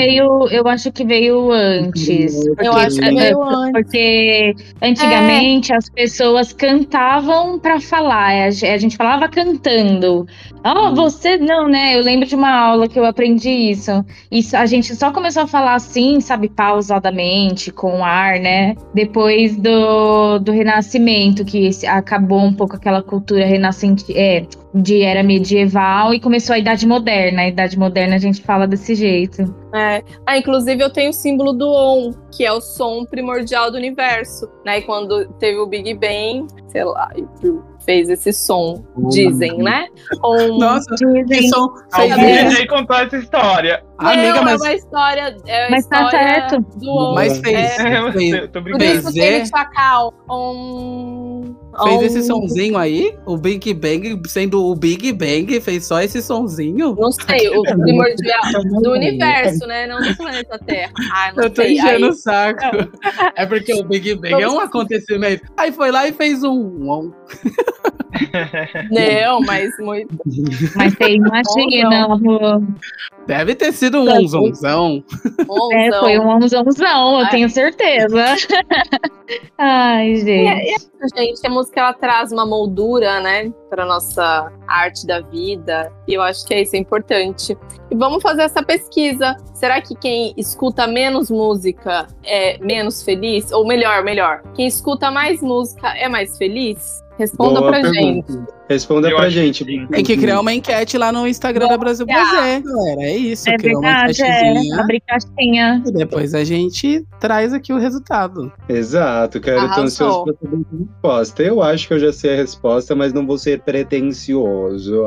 veio antes. Eu acho que veio antes. Porque antigamente as pessoas cantavam pra falar. A gente falava cantando. Você não, né? Eu lembro de uma aula que eu aprendi isso. Isso a gente só começou a falar assim, sabe, pausadamente, com ar, né? Depois do Renascimento, que acabou um pouco aquela cultura renascente, de era medieval, e começou a Idade Moderna. A Idade Moderna a gente fala desse jeito. Inclusive eu tenho o símbolo do Om, que é o som primordial do universo, né? E quando teve o Big Bang, sei lá, fez esse som, dizem, né? Nossa, dizem. Alguém já contou essa história. Amiga, mas... é uma história, mas tá certo. Do Om. Mas fez. Tô Por brincando. isso que ele chacal. Fez esse sonzinho aí? O Big Bang, sendo o Big Bang, fez só esse sonzinho? Não sei, o primordial do universo, né? Não do planeta Terra. Não eu tô sei. enchendo o saco. É porque o Big Bang é um acontecimento. Aí foi lá e fez um... Não, mas muito. Mas você imagina, amor. Deve ter sido um onzãozão. Foi um onzãozão, eu tenho certeza. Ai, gente. Gente, a música ela traz uma moldura, né, para nossa arte da vida. E eu acho que isso é importante. E vamos fazer essa pesquisa. Será que quem escuta menos música é menos feliz? Ou melhor, quem escuta mais música é mais feliz? Responda Boa pra pergunta. gente. Responda pra gente. Tem que criar uma enquete lá no Instagram da Brasil Prazer, galera. É isso. É criar uma verdade, abrir caixinha. E depois a gente traz aqui o resultado. Exato, tô ansioso pra saber a resposta. Eu acho que eu já sei a resposta, mas não vou ser pretencioso.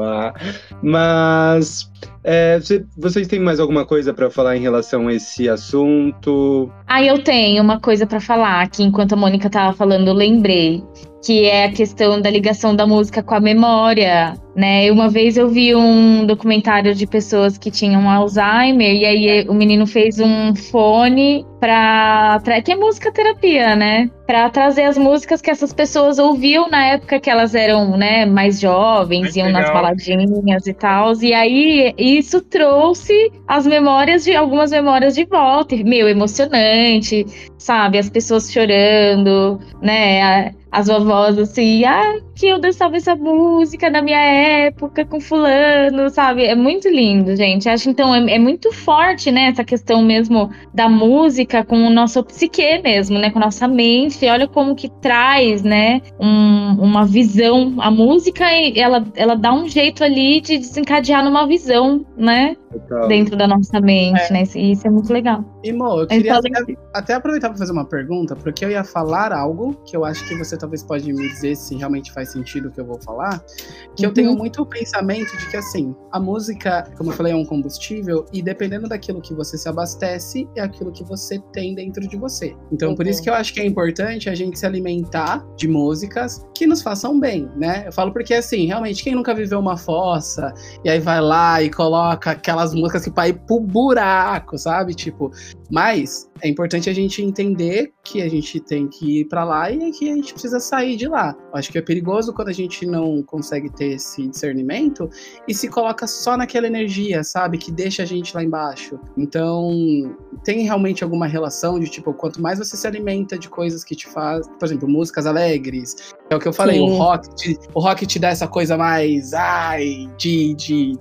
Mas vocês têm mais alguma coisa pra falar em relação a esse assunto? Eu tenho uma coisa pra falar aqui. Enquanto a Mônica tava falando, eu lembrei. Que é a questão da ligação da música com a memória, né? Uma vez eu vi um documentário de pessoas que tinham Alzheimer, e aí o menino fez um fone que é música terapia, né? Pra trazer as músicas que essas pessoas ouviam na época que elas eram, né, mais jovens, iam nas baladinhas e tal. E aí isso trouxe algumas memórias de volta. Emocionante, sabe? As pessoas chorando, né? As vovós assim, que eu dançava essa música na minha época com fulano, sabe? É muito lindo, gente. Acho então é muito forte, né? Essa questão mesmo da música com o nosso psique mesmo, né? Com a nossa mente. Olha como que traz, né? Uma visão. A música, ela dá um jeito ali de desencadear numa visão, né? Total. Dentro da nossa mente, né? E isso é muito legal. E, Mo, eu queria até aproveitar para fazer uma pergunta, porque eu ia falar algo que eu acho que você talvez pode me dizer se realmente faz sentido o que eu vou falar, que eu tenho muito o pensamento de que, assim, a música, como eu falei, é um combustível, e dependendo daquilo que você se abastece, é aquilo que você tem dentro de você. Então, por isso que eu acho que é importante a gente se alimentar de músicas que nos façam bem, né? Eu falo porque, assim, realmente, quem nunca viveu uma fossa, e aí vai lá e coloca aquelas músicas que vai pro buraco, sabe? Tipo, Mas é importante a gente entender que a gente tem que ir pra lá e que a gente precisa sair de lá. Eu acho que é perigoso quando a gente não consegue ter esse discernimento e se coloca só naquela energia, sabe? Que deixa a gente lá embaixo. Então, tem realmente alguma relação de, tipo, quanto mais você se alimenta de coisas que te faz, por exemplo, músicas alegres, é o que eu falei, o rock te dá essa coisa mais, de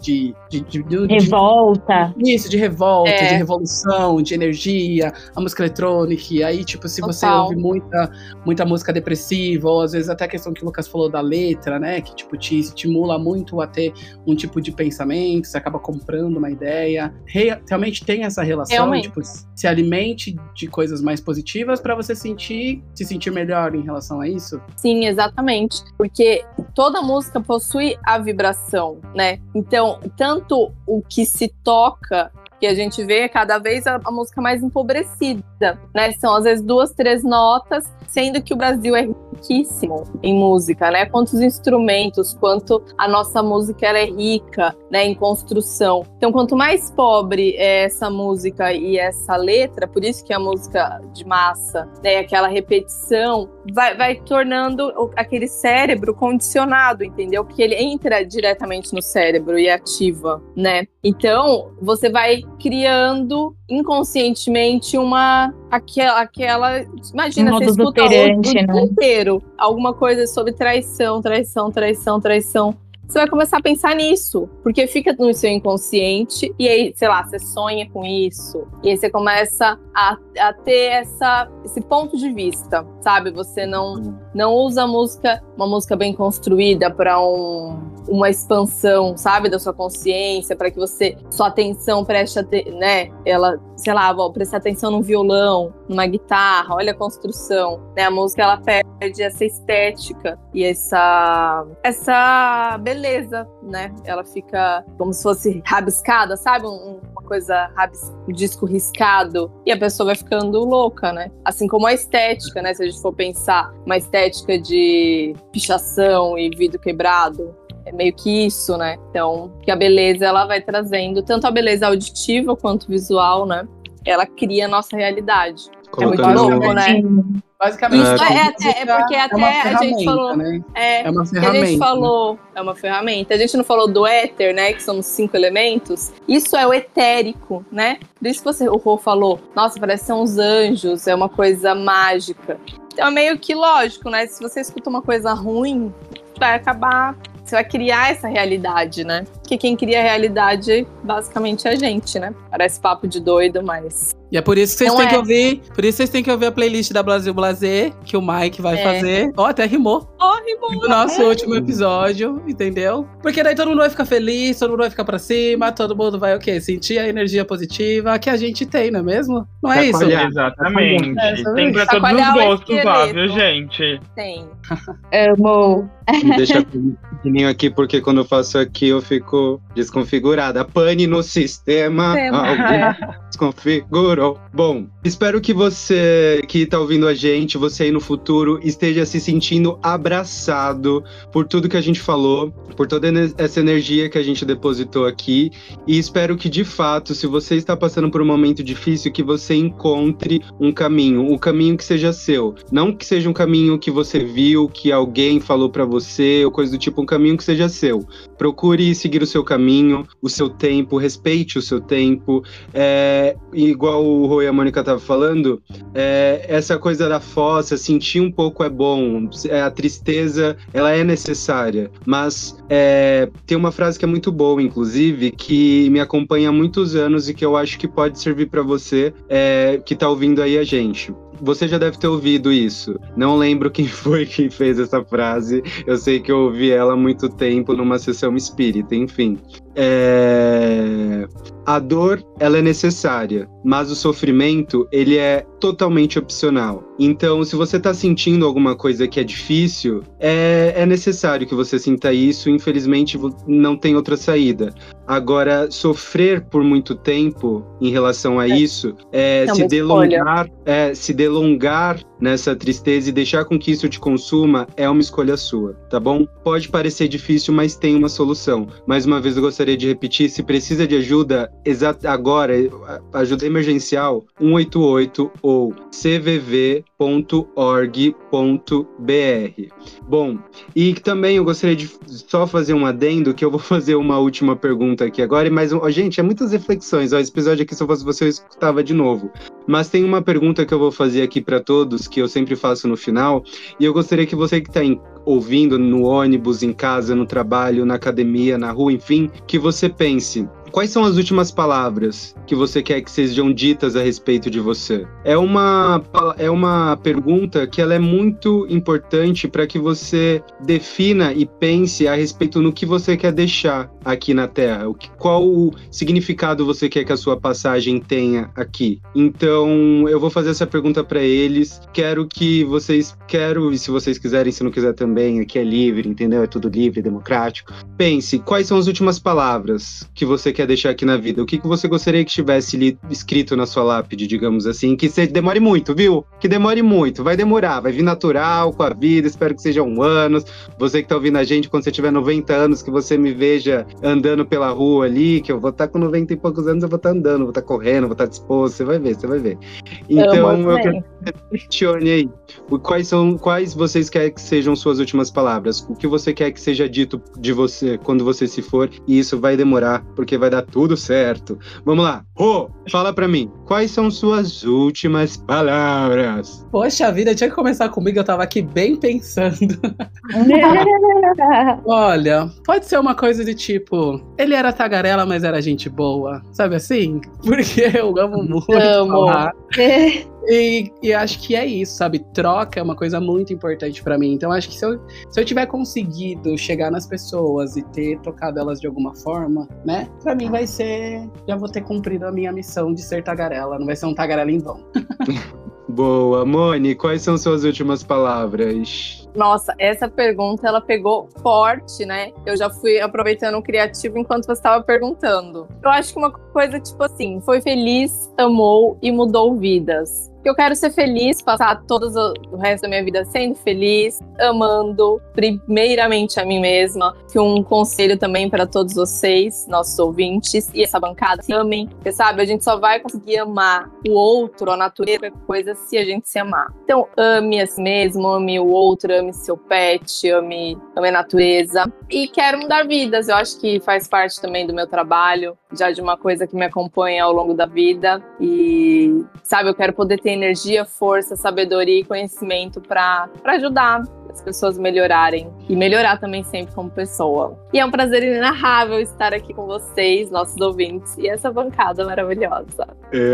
revolta. Isso, de revolta, de revolução, de energia, a música eletrônica, e aí, tipo, se você ouve muita música depressiva, ou às vezes até a questão que o Lucas falou da letra, né, que, tipo, te estimula muito a ter um tipo de pensamento, você acaba comprando uma ideia, realmente tem essa relação, tipo, se alimente de coisas mais positivas pra você se sentir melhor em relação a isso? Sim, exatamente, porque toda música possui a vibração, né, então, tanto o que se toca, que a gente vê cada vez a música mais empobrecida, né? São às vezes 2, 3 notas, sendo que o Brasil é riquíssimo em música, né? Quantos instrumentos, quanto a nossa música ela é rica, né? Em construção. Então, quanto mais pobre é essa música e essa letra, por isso que a música de massa, né? Aquela repetição, vai tornando aquele cérebro condicionado, entendeu? Porque ele entra diretamente no cérebro e ativa, né? Então, você vai criando inconscientemente aquela imagina, você escuta o dia inteiro alguma coisa sobre traição, você vai começar a pensar nisso, porque fica no seu inconsciente, e aí, sei lá, você sonha com isso, e aí você começa a ter esse ponto de vista, sabe? Você não usa uma música bem construída para uma expansão, sabe, da sua consciência, para que sua atenção preste, né, ela, sei lá, vou prestar atenção num violão, numa guitarra, olha a construção, né, a música ela perde essa estética e essa beleza, né, ela fica como se fosse rabiscada, sabe, uma coisa, um disco riscado, e a pessoa vai ficando louca, né, assim como a estética, né, se a gente for pensar uma estética de pichação e vidro quebrado, é meio que isso, né? Então, que a beleza, ela vai trazendo tanto a beleza auditiva quanto visual, né? Ela cria a nossa realidade. Colocando... É muito louco, né? Basicamente, porque até a gente falou... Né? É uma ferramenta. A gente falou... É uma ferramenta. A gente não falou do éter, né? Que são os 5 elementos. Isso é o etérico, né? Por isso que o Rô falou, nossa, parece ser uns anjos, é uma coisa mágica. Então é meio que lógico, né? Se você escuta uma coisa ruim, vai acabar... Você vai criar essa realidade, né? Porque quem cria a realidade, basicamente, é a gente, né? Parece papo de doido, mas... E é por isso que vocês têm que ouvir. Por isso vocês têm que ouvir a playlist da Brasil Blazer, que o Mike vai fazer. Até rimou. Rimou. Do nosso último episódio, entendeu? Porque daí todo mundo vai ficar feliz, todo mundo vai ficar pra cima, todo mundo vai o quê? Sentir a energia positiva que a gente tem, não é mesmo? Não é isso? Exatamente. Tem pra todos os gostos lá, viu, gente? Tem. Amo. Me deixa pequenininho aqui, porque quando eu faço aqui eu fico desconfigurada. Pane no sistema. Alguém desconfigurou. Bom, espero que você que tá ouvindo a gente, você aí no futuro, esteja se sentindo abraçado por tudo que a gente falou, por toda essa energia que a gente depositou aqui. E espero que, de fato, se você está passando por um momento difícil, que você encontre um caminho que seja seu. Não que seja um caminho que você viu, que alguém falou pra você, ou coisa do tipo, um caminho que seja seu. Procure seguir o seu caminho, o seu tempo, respeite o seu tempo. Igual o Rô e a Mônica estavam falando, essa coisa da fossa, sentir um pouco é bom, a tristeza, ela é necessária, mas tem uma frase que é muito boa, inclusive, que me acompanha há muitos anos e que eu acho que pode servir para você que tá ouvindo aí a gente. Você já deve ter ouvido isso. Não lembro quem foi que fez essa frase. Eu sei que eu ouvi ela há muito tempo numa sessão espírita, enfim. A dor, ela é necessária, mas o sofrimento, ele é totalmente opcional. Então, se você tá sentindo alguma coisa que é difícil, é necessário que você sinta isso. Infelizmente, não tem outra saída. Agora, sofrer por muito tempo em relação a isso, se delongar nessa tristeza e deixar com que isso te consuma é uma escolha sua, tá bom? Pode parecer difícil, mas tem uma solução. Mais uma vez eu gostaria de repetir, se precisa de ajuda agora, ajuda emergencial, 188 ou cvv.org.br. Bom, e também eu gostaria de só fazer um adendo, que eu vou fazer uma última pergunta aqui agora, gente, é muitas reflexões, esse episódio aqui, se eu fosse você, eu escutava de novo. Mas tem uma pergunta que eu vou fazer aqui para todos, que eu sempre faço no final, e eu gostaria que você que está ouvindo no ônibus, em casa, no trabalho, na academia, na rua, enfim, que você pense: quais são as últimas palavras que você quer que sejam ditas a respeito de você? É uma pergunta que ela é muito importante para que você defina e pense a respeito no que você quer deixar aqui na Terra. Qual o significado você quer que a sua passagem tenha aqui? Então, eu vou fazer essa pergunta para eles. E se vocês quiserem, se não quiser também, aqui é livre, entendeu? É tudo livre, democrático. Pense, quais são as últimas palavras que você quer deixar aqui na vida? O que você gostaria que estivesse escrito na sua lápide, digamos assim? Que demore muito, viu? Que demore muito. Vai demorar, vai vir natural com a vida. Espero que sejam anos. Você que tá ouvindo a gente, quando você tiver 90 anos, que você me veja andando pela rua ali, que eu vou estar com 90 e poucos anos, eu vou estar andando, vou estar correndo, vou estar disposto. Você vai ver. Então, eu quero que você questione aí. Quais vocês querem que sejam suas últimas palavras? O que você quer que seja dito de você quando você se for? E isso vai demorar, porque vai dar tudo certo. Vamos lá. Rô, fala pra mim. Quais são suas últimas palavras? Poxa vida, tinha que começar comigo, eu tava aqui bem pensando. Olha, pode ser uma coisa de tipo, ele era tagarela, mas era gente boa. Sabe assim? Porque eu amo muito falar. E acho que é isso, sabe? Troca é uma coisa muito importante pra mim. Então acho que se eu tiver conseguido chegar nas pessoas e ter tocado elas de alguma forma, né? Pra mim vai ser... Já vou ter cumprido a minha missão de ser tagarela. Não vai ser um tagarela em vão. Boa. Moni, quais são suas últimas palavras? Nossa, essa pergunta, ela pegou forte, né? Eu já fui aproveitando o criativo enquanto você estava perguntando. Eu acho que uma coisa tipo assim, foi feliz, amou e mudou vidas. Eu quero ser feliz, passar todo o resto da minha vida sendo feliz, amando primeiramente a mim mesma. Que um conselho também para todos vocês, nossos ouvintes, e essa bancada, amem. Porque, sabe, a gente só vai conseguir amar o outro, a natureza, qualquer coisa, se a gente se amar. Então, ame a si mesmo, ame o outro, ame seu pet, ame a natureza. E quero mudar vidas. Eu acho que faz parte também do meu trabalho, já de uma coisa que me acompanha ao longo da vida. E, sabe, eu quero poder ter energia, força, sabedoria e conhecimento para ajudar as pessoas melhorarem e melhorar também sempre como pessoa. E é um prazer inenarrável estar aqui com vocês, nossos ouvintes, e essa bancada maravilhosa.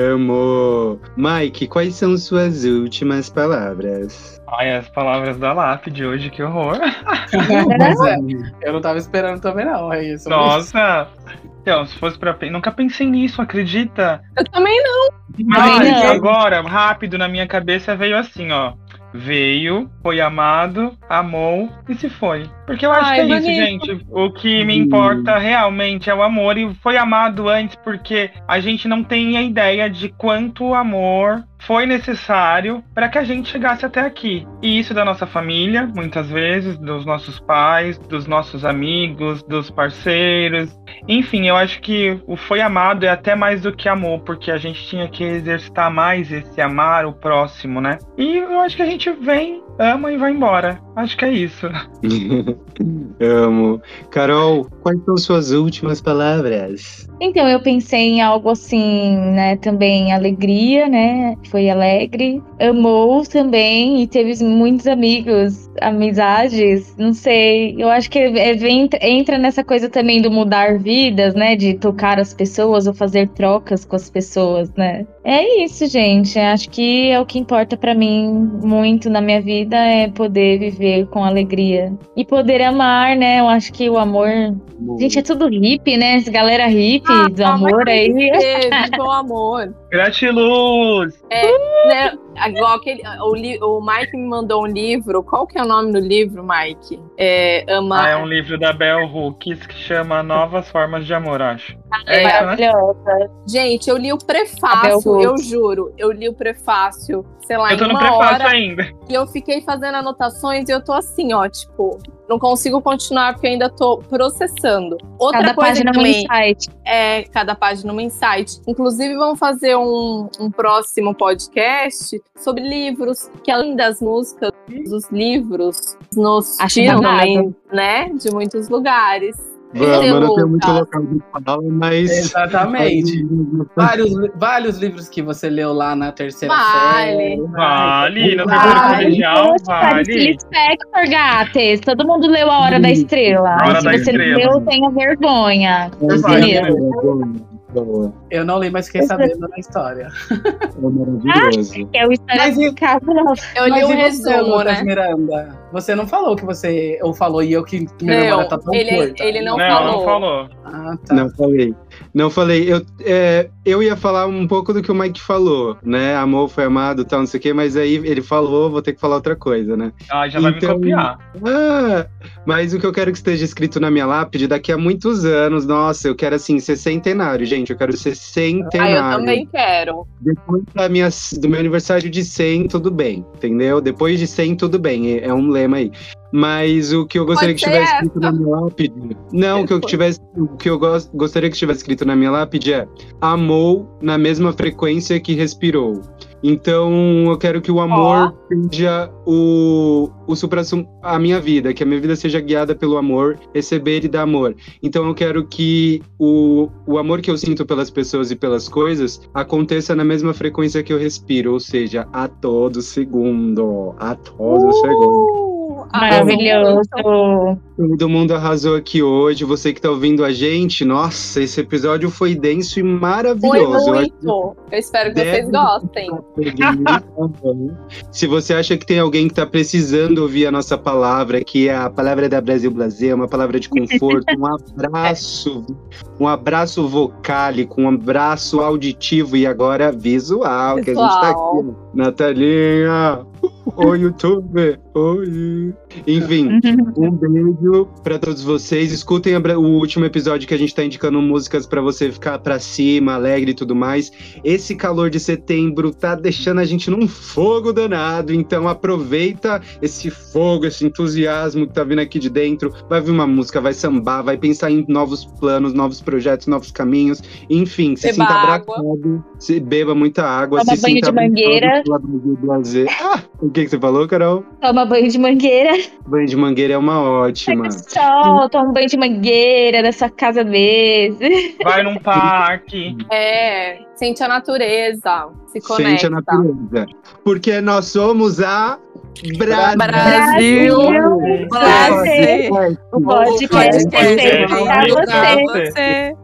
Amo! Mike, quais são suas últimas palavras? Ai, as palavras da lápide hoje, que horror! Pois é, eu não tava esperando também não, é isso. Nossa! Então, se fosse pra... Nunca pensei nisso, acredita? Eu também não. Mas agora, rápido, na minha cabeça veio assim, ó. Veio, foi amado, amou e se foi. Porque eu acho que é bonito. Isso, gente. O que me importa realmente é o amor. E foi amado antes porque a gente não tem a ideia de quanto amor foi necessário para que a gente chegasse até aqui. E isso da nossa família, muitas vezes, dos nossos pais, dos nossos amigos, dos parceiros. Enfim, eu acho que o foi amado é até mais do que amor, porque a gente tinha que exercitar mais esse amar o próximo, né? E eu acho que a gente vem, ama e vai embora. Acho que é isso. Amo. Carol, quais são suas últimas palavras? Então, eu pensei em algo assim, né, também alegria, né, foi alegre, amou também e teve muitos amigos, amizades, não sei, eu acho que entra nessa coisa também do mudar vidas, né, de tocar as pessoas ou fazer trocas com as pessoas, né. É isso, gente, acho que é o que importa pra mim muito na minha vida, é poder viver com alegria e poder amar, né, eu acho que o amor, gente, é tudo hippie, né, essa galera hippie do amor aí. Com amor. Gratiluz! Né, igual aquele, o Mike me mandou um livro. Qual que é o nome do livro, Mike? É um livro da Bell Hooks que chama Novas Formas de Amor, acho. É isso, né? maravilhosa. Gente, eu li o prefácio, eu juro. Eu li o prefácio, sei lá, Eu tô em no uma prefácio hora. ainda. E eu fiquei fazendo anotações e eu tô assim, ó, tipo, não consigo continuar porque eu ainda tô processando. Outra Cada coisa página é um também insight. é cada página um insight. Inclusive, vamos fazer um próximo podcast sobre livros, que além das músicas, os livros nos Acho tiram babado. também, né, de muitos lugares. Vamos, eu não tenho muito Lucas? local de fala, mas. Exatamente. Vários livros que você leu lá na terceira Vale. série. Vale, no Vale. primeiro colegial, Clarice vale. Lispector, gates. Todo mundo leu A Hora da Estrela. A Hora Se da você não Estrela. leu, tenha vergonha. Vale. Boa. Eu não lembro, mas fiquei sabendo da história. É maravilhoso. Que é o história Mas do caso. Eu li Mas um e você, resumo, Lucas né? Miranda? Você não falou que você. Ou falou e eu que minha memória tá tão curta. ele não Não falou. Ah, tá. Não falei. Eu ia falar um pouco do que o Mike falou, né? Amor foi amado, tal, não sei o quê, mas aí ele falou, vou ter que falar outra coisa, né? Já vai me Então- copiar. Mas o que eu quero que esteja escrito na minha lápide daqui a muitos anos, nossa, eu quero assim, ser centenário, gente. Eu quero ser centenário. Eu também quero. Depois do meu aniversário de 100, tudo bem, entendeu? Depois de 100, tudo bem. É um lema aí. Mas o que eu gostaria Pode que ser estivesse escrito na minha lápide. Não, o que eu gostaria que estivesse escrito na minha lápide é: amou na mesma frequência que respirou. Então, eu quero que o amor seja o supra-sumo, a minha vida, que a minha vida seja guiada pelo amor, receber e dar amor. Então, eu quero que o amor que eu sinto pelas pessoas e pelas coisas aconteça na mesma frequência que eu respiro, ou seja, a todo segundo. A todo segundo. Maravilhoso. Todo mundo arrasou aqui hoje. Você que tá ouvindo a gente, nossa, esse episódio foi denso e Foi maravilhoso. muito. Eu espero que vocês gostem. Se você acha que tem alguém que tá precisando ouvir a nossa palavra, que é a palavra da Brasil Blazer, uma palavra de conforto, um abraço vocálico, um abraço auditivo e agora visual, que a gente tá aqui. Natalinha! Oi, YouTube! Oi! Enfim, um beijo pra todos vocês. Escutem o último episódio que a gente tá indicando músicas pra você ficar pra cima, alegre e tudo mais. Esse calor de setembro tá deixando a gente num fogo danado, então aproveita esse fogo, esse entusiasmo que tá vindo aqui de dentro. Vai vir uma música, vai sambar, vai pensar em novos planos, novos projetos, novos caminhos. Enfim, se sinta abraçado, beba muita água. Toma banho de mangueira. O que você falou, Carol? Toma banho de mangueira. Banho de mangueira é uma ótima. Sol, toma um banho de mangueira da sua casa mesmo. Vai num parque. Sente a natureza. Se conecta. Sente a natureza. Porque nós somos a Brasil. O podcast é feito pra você.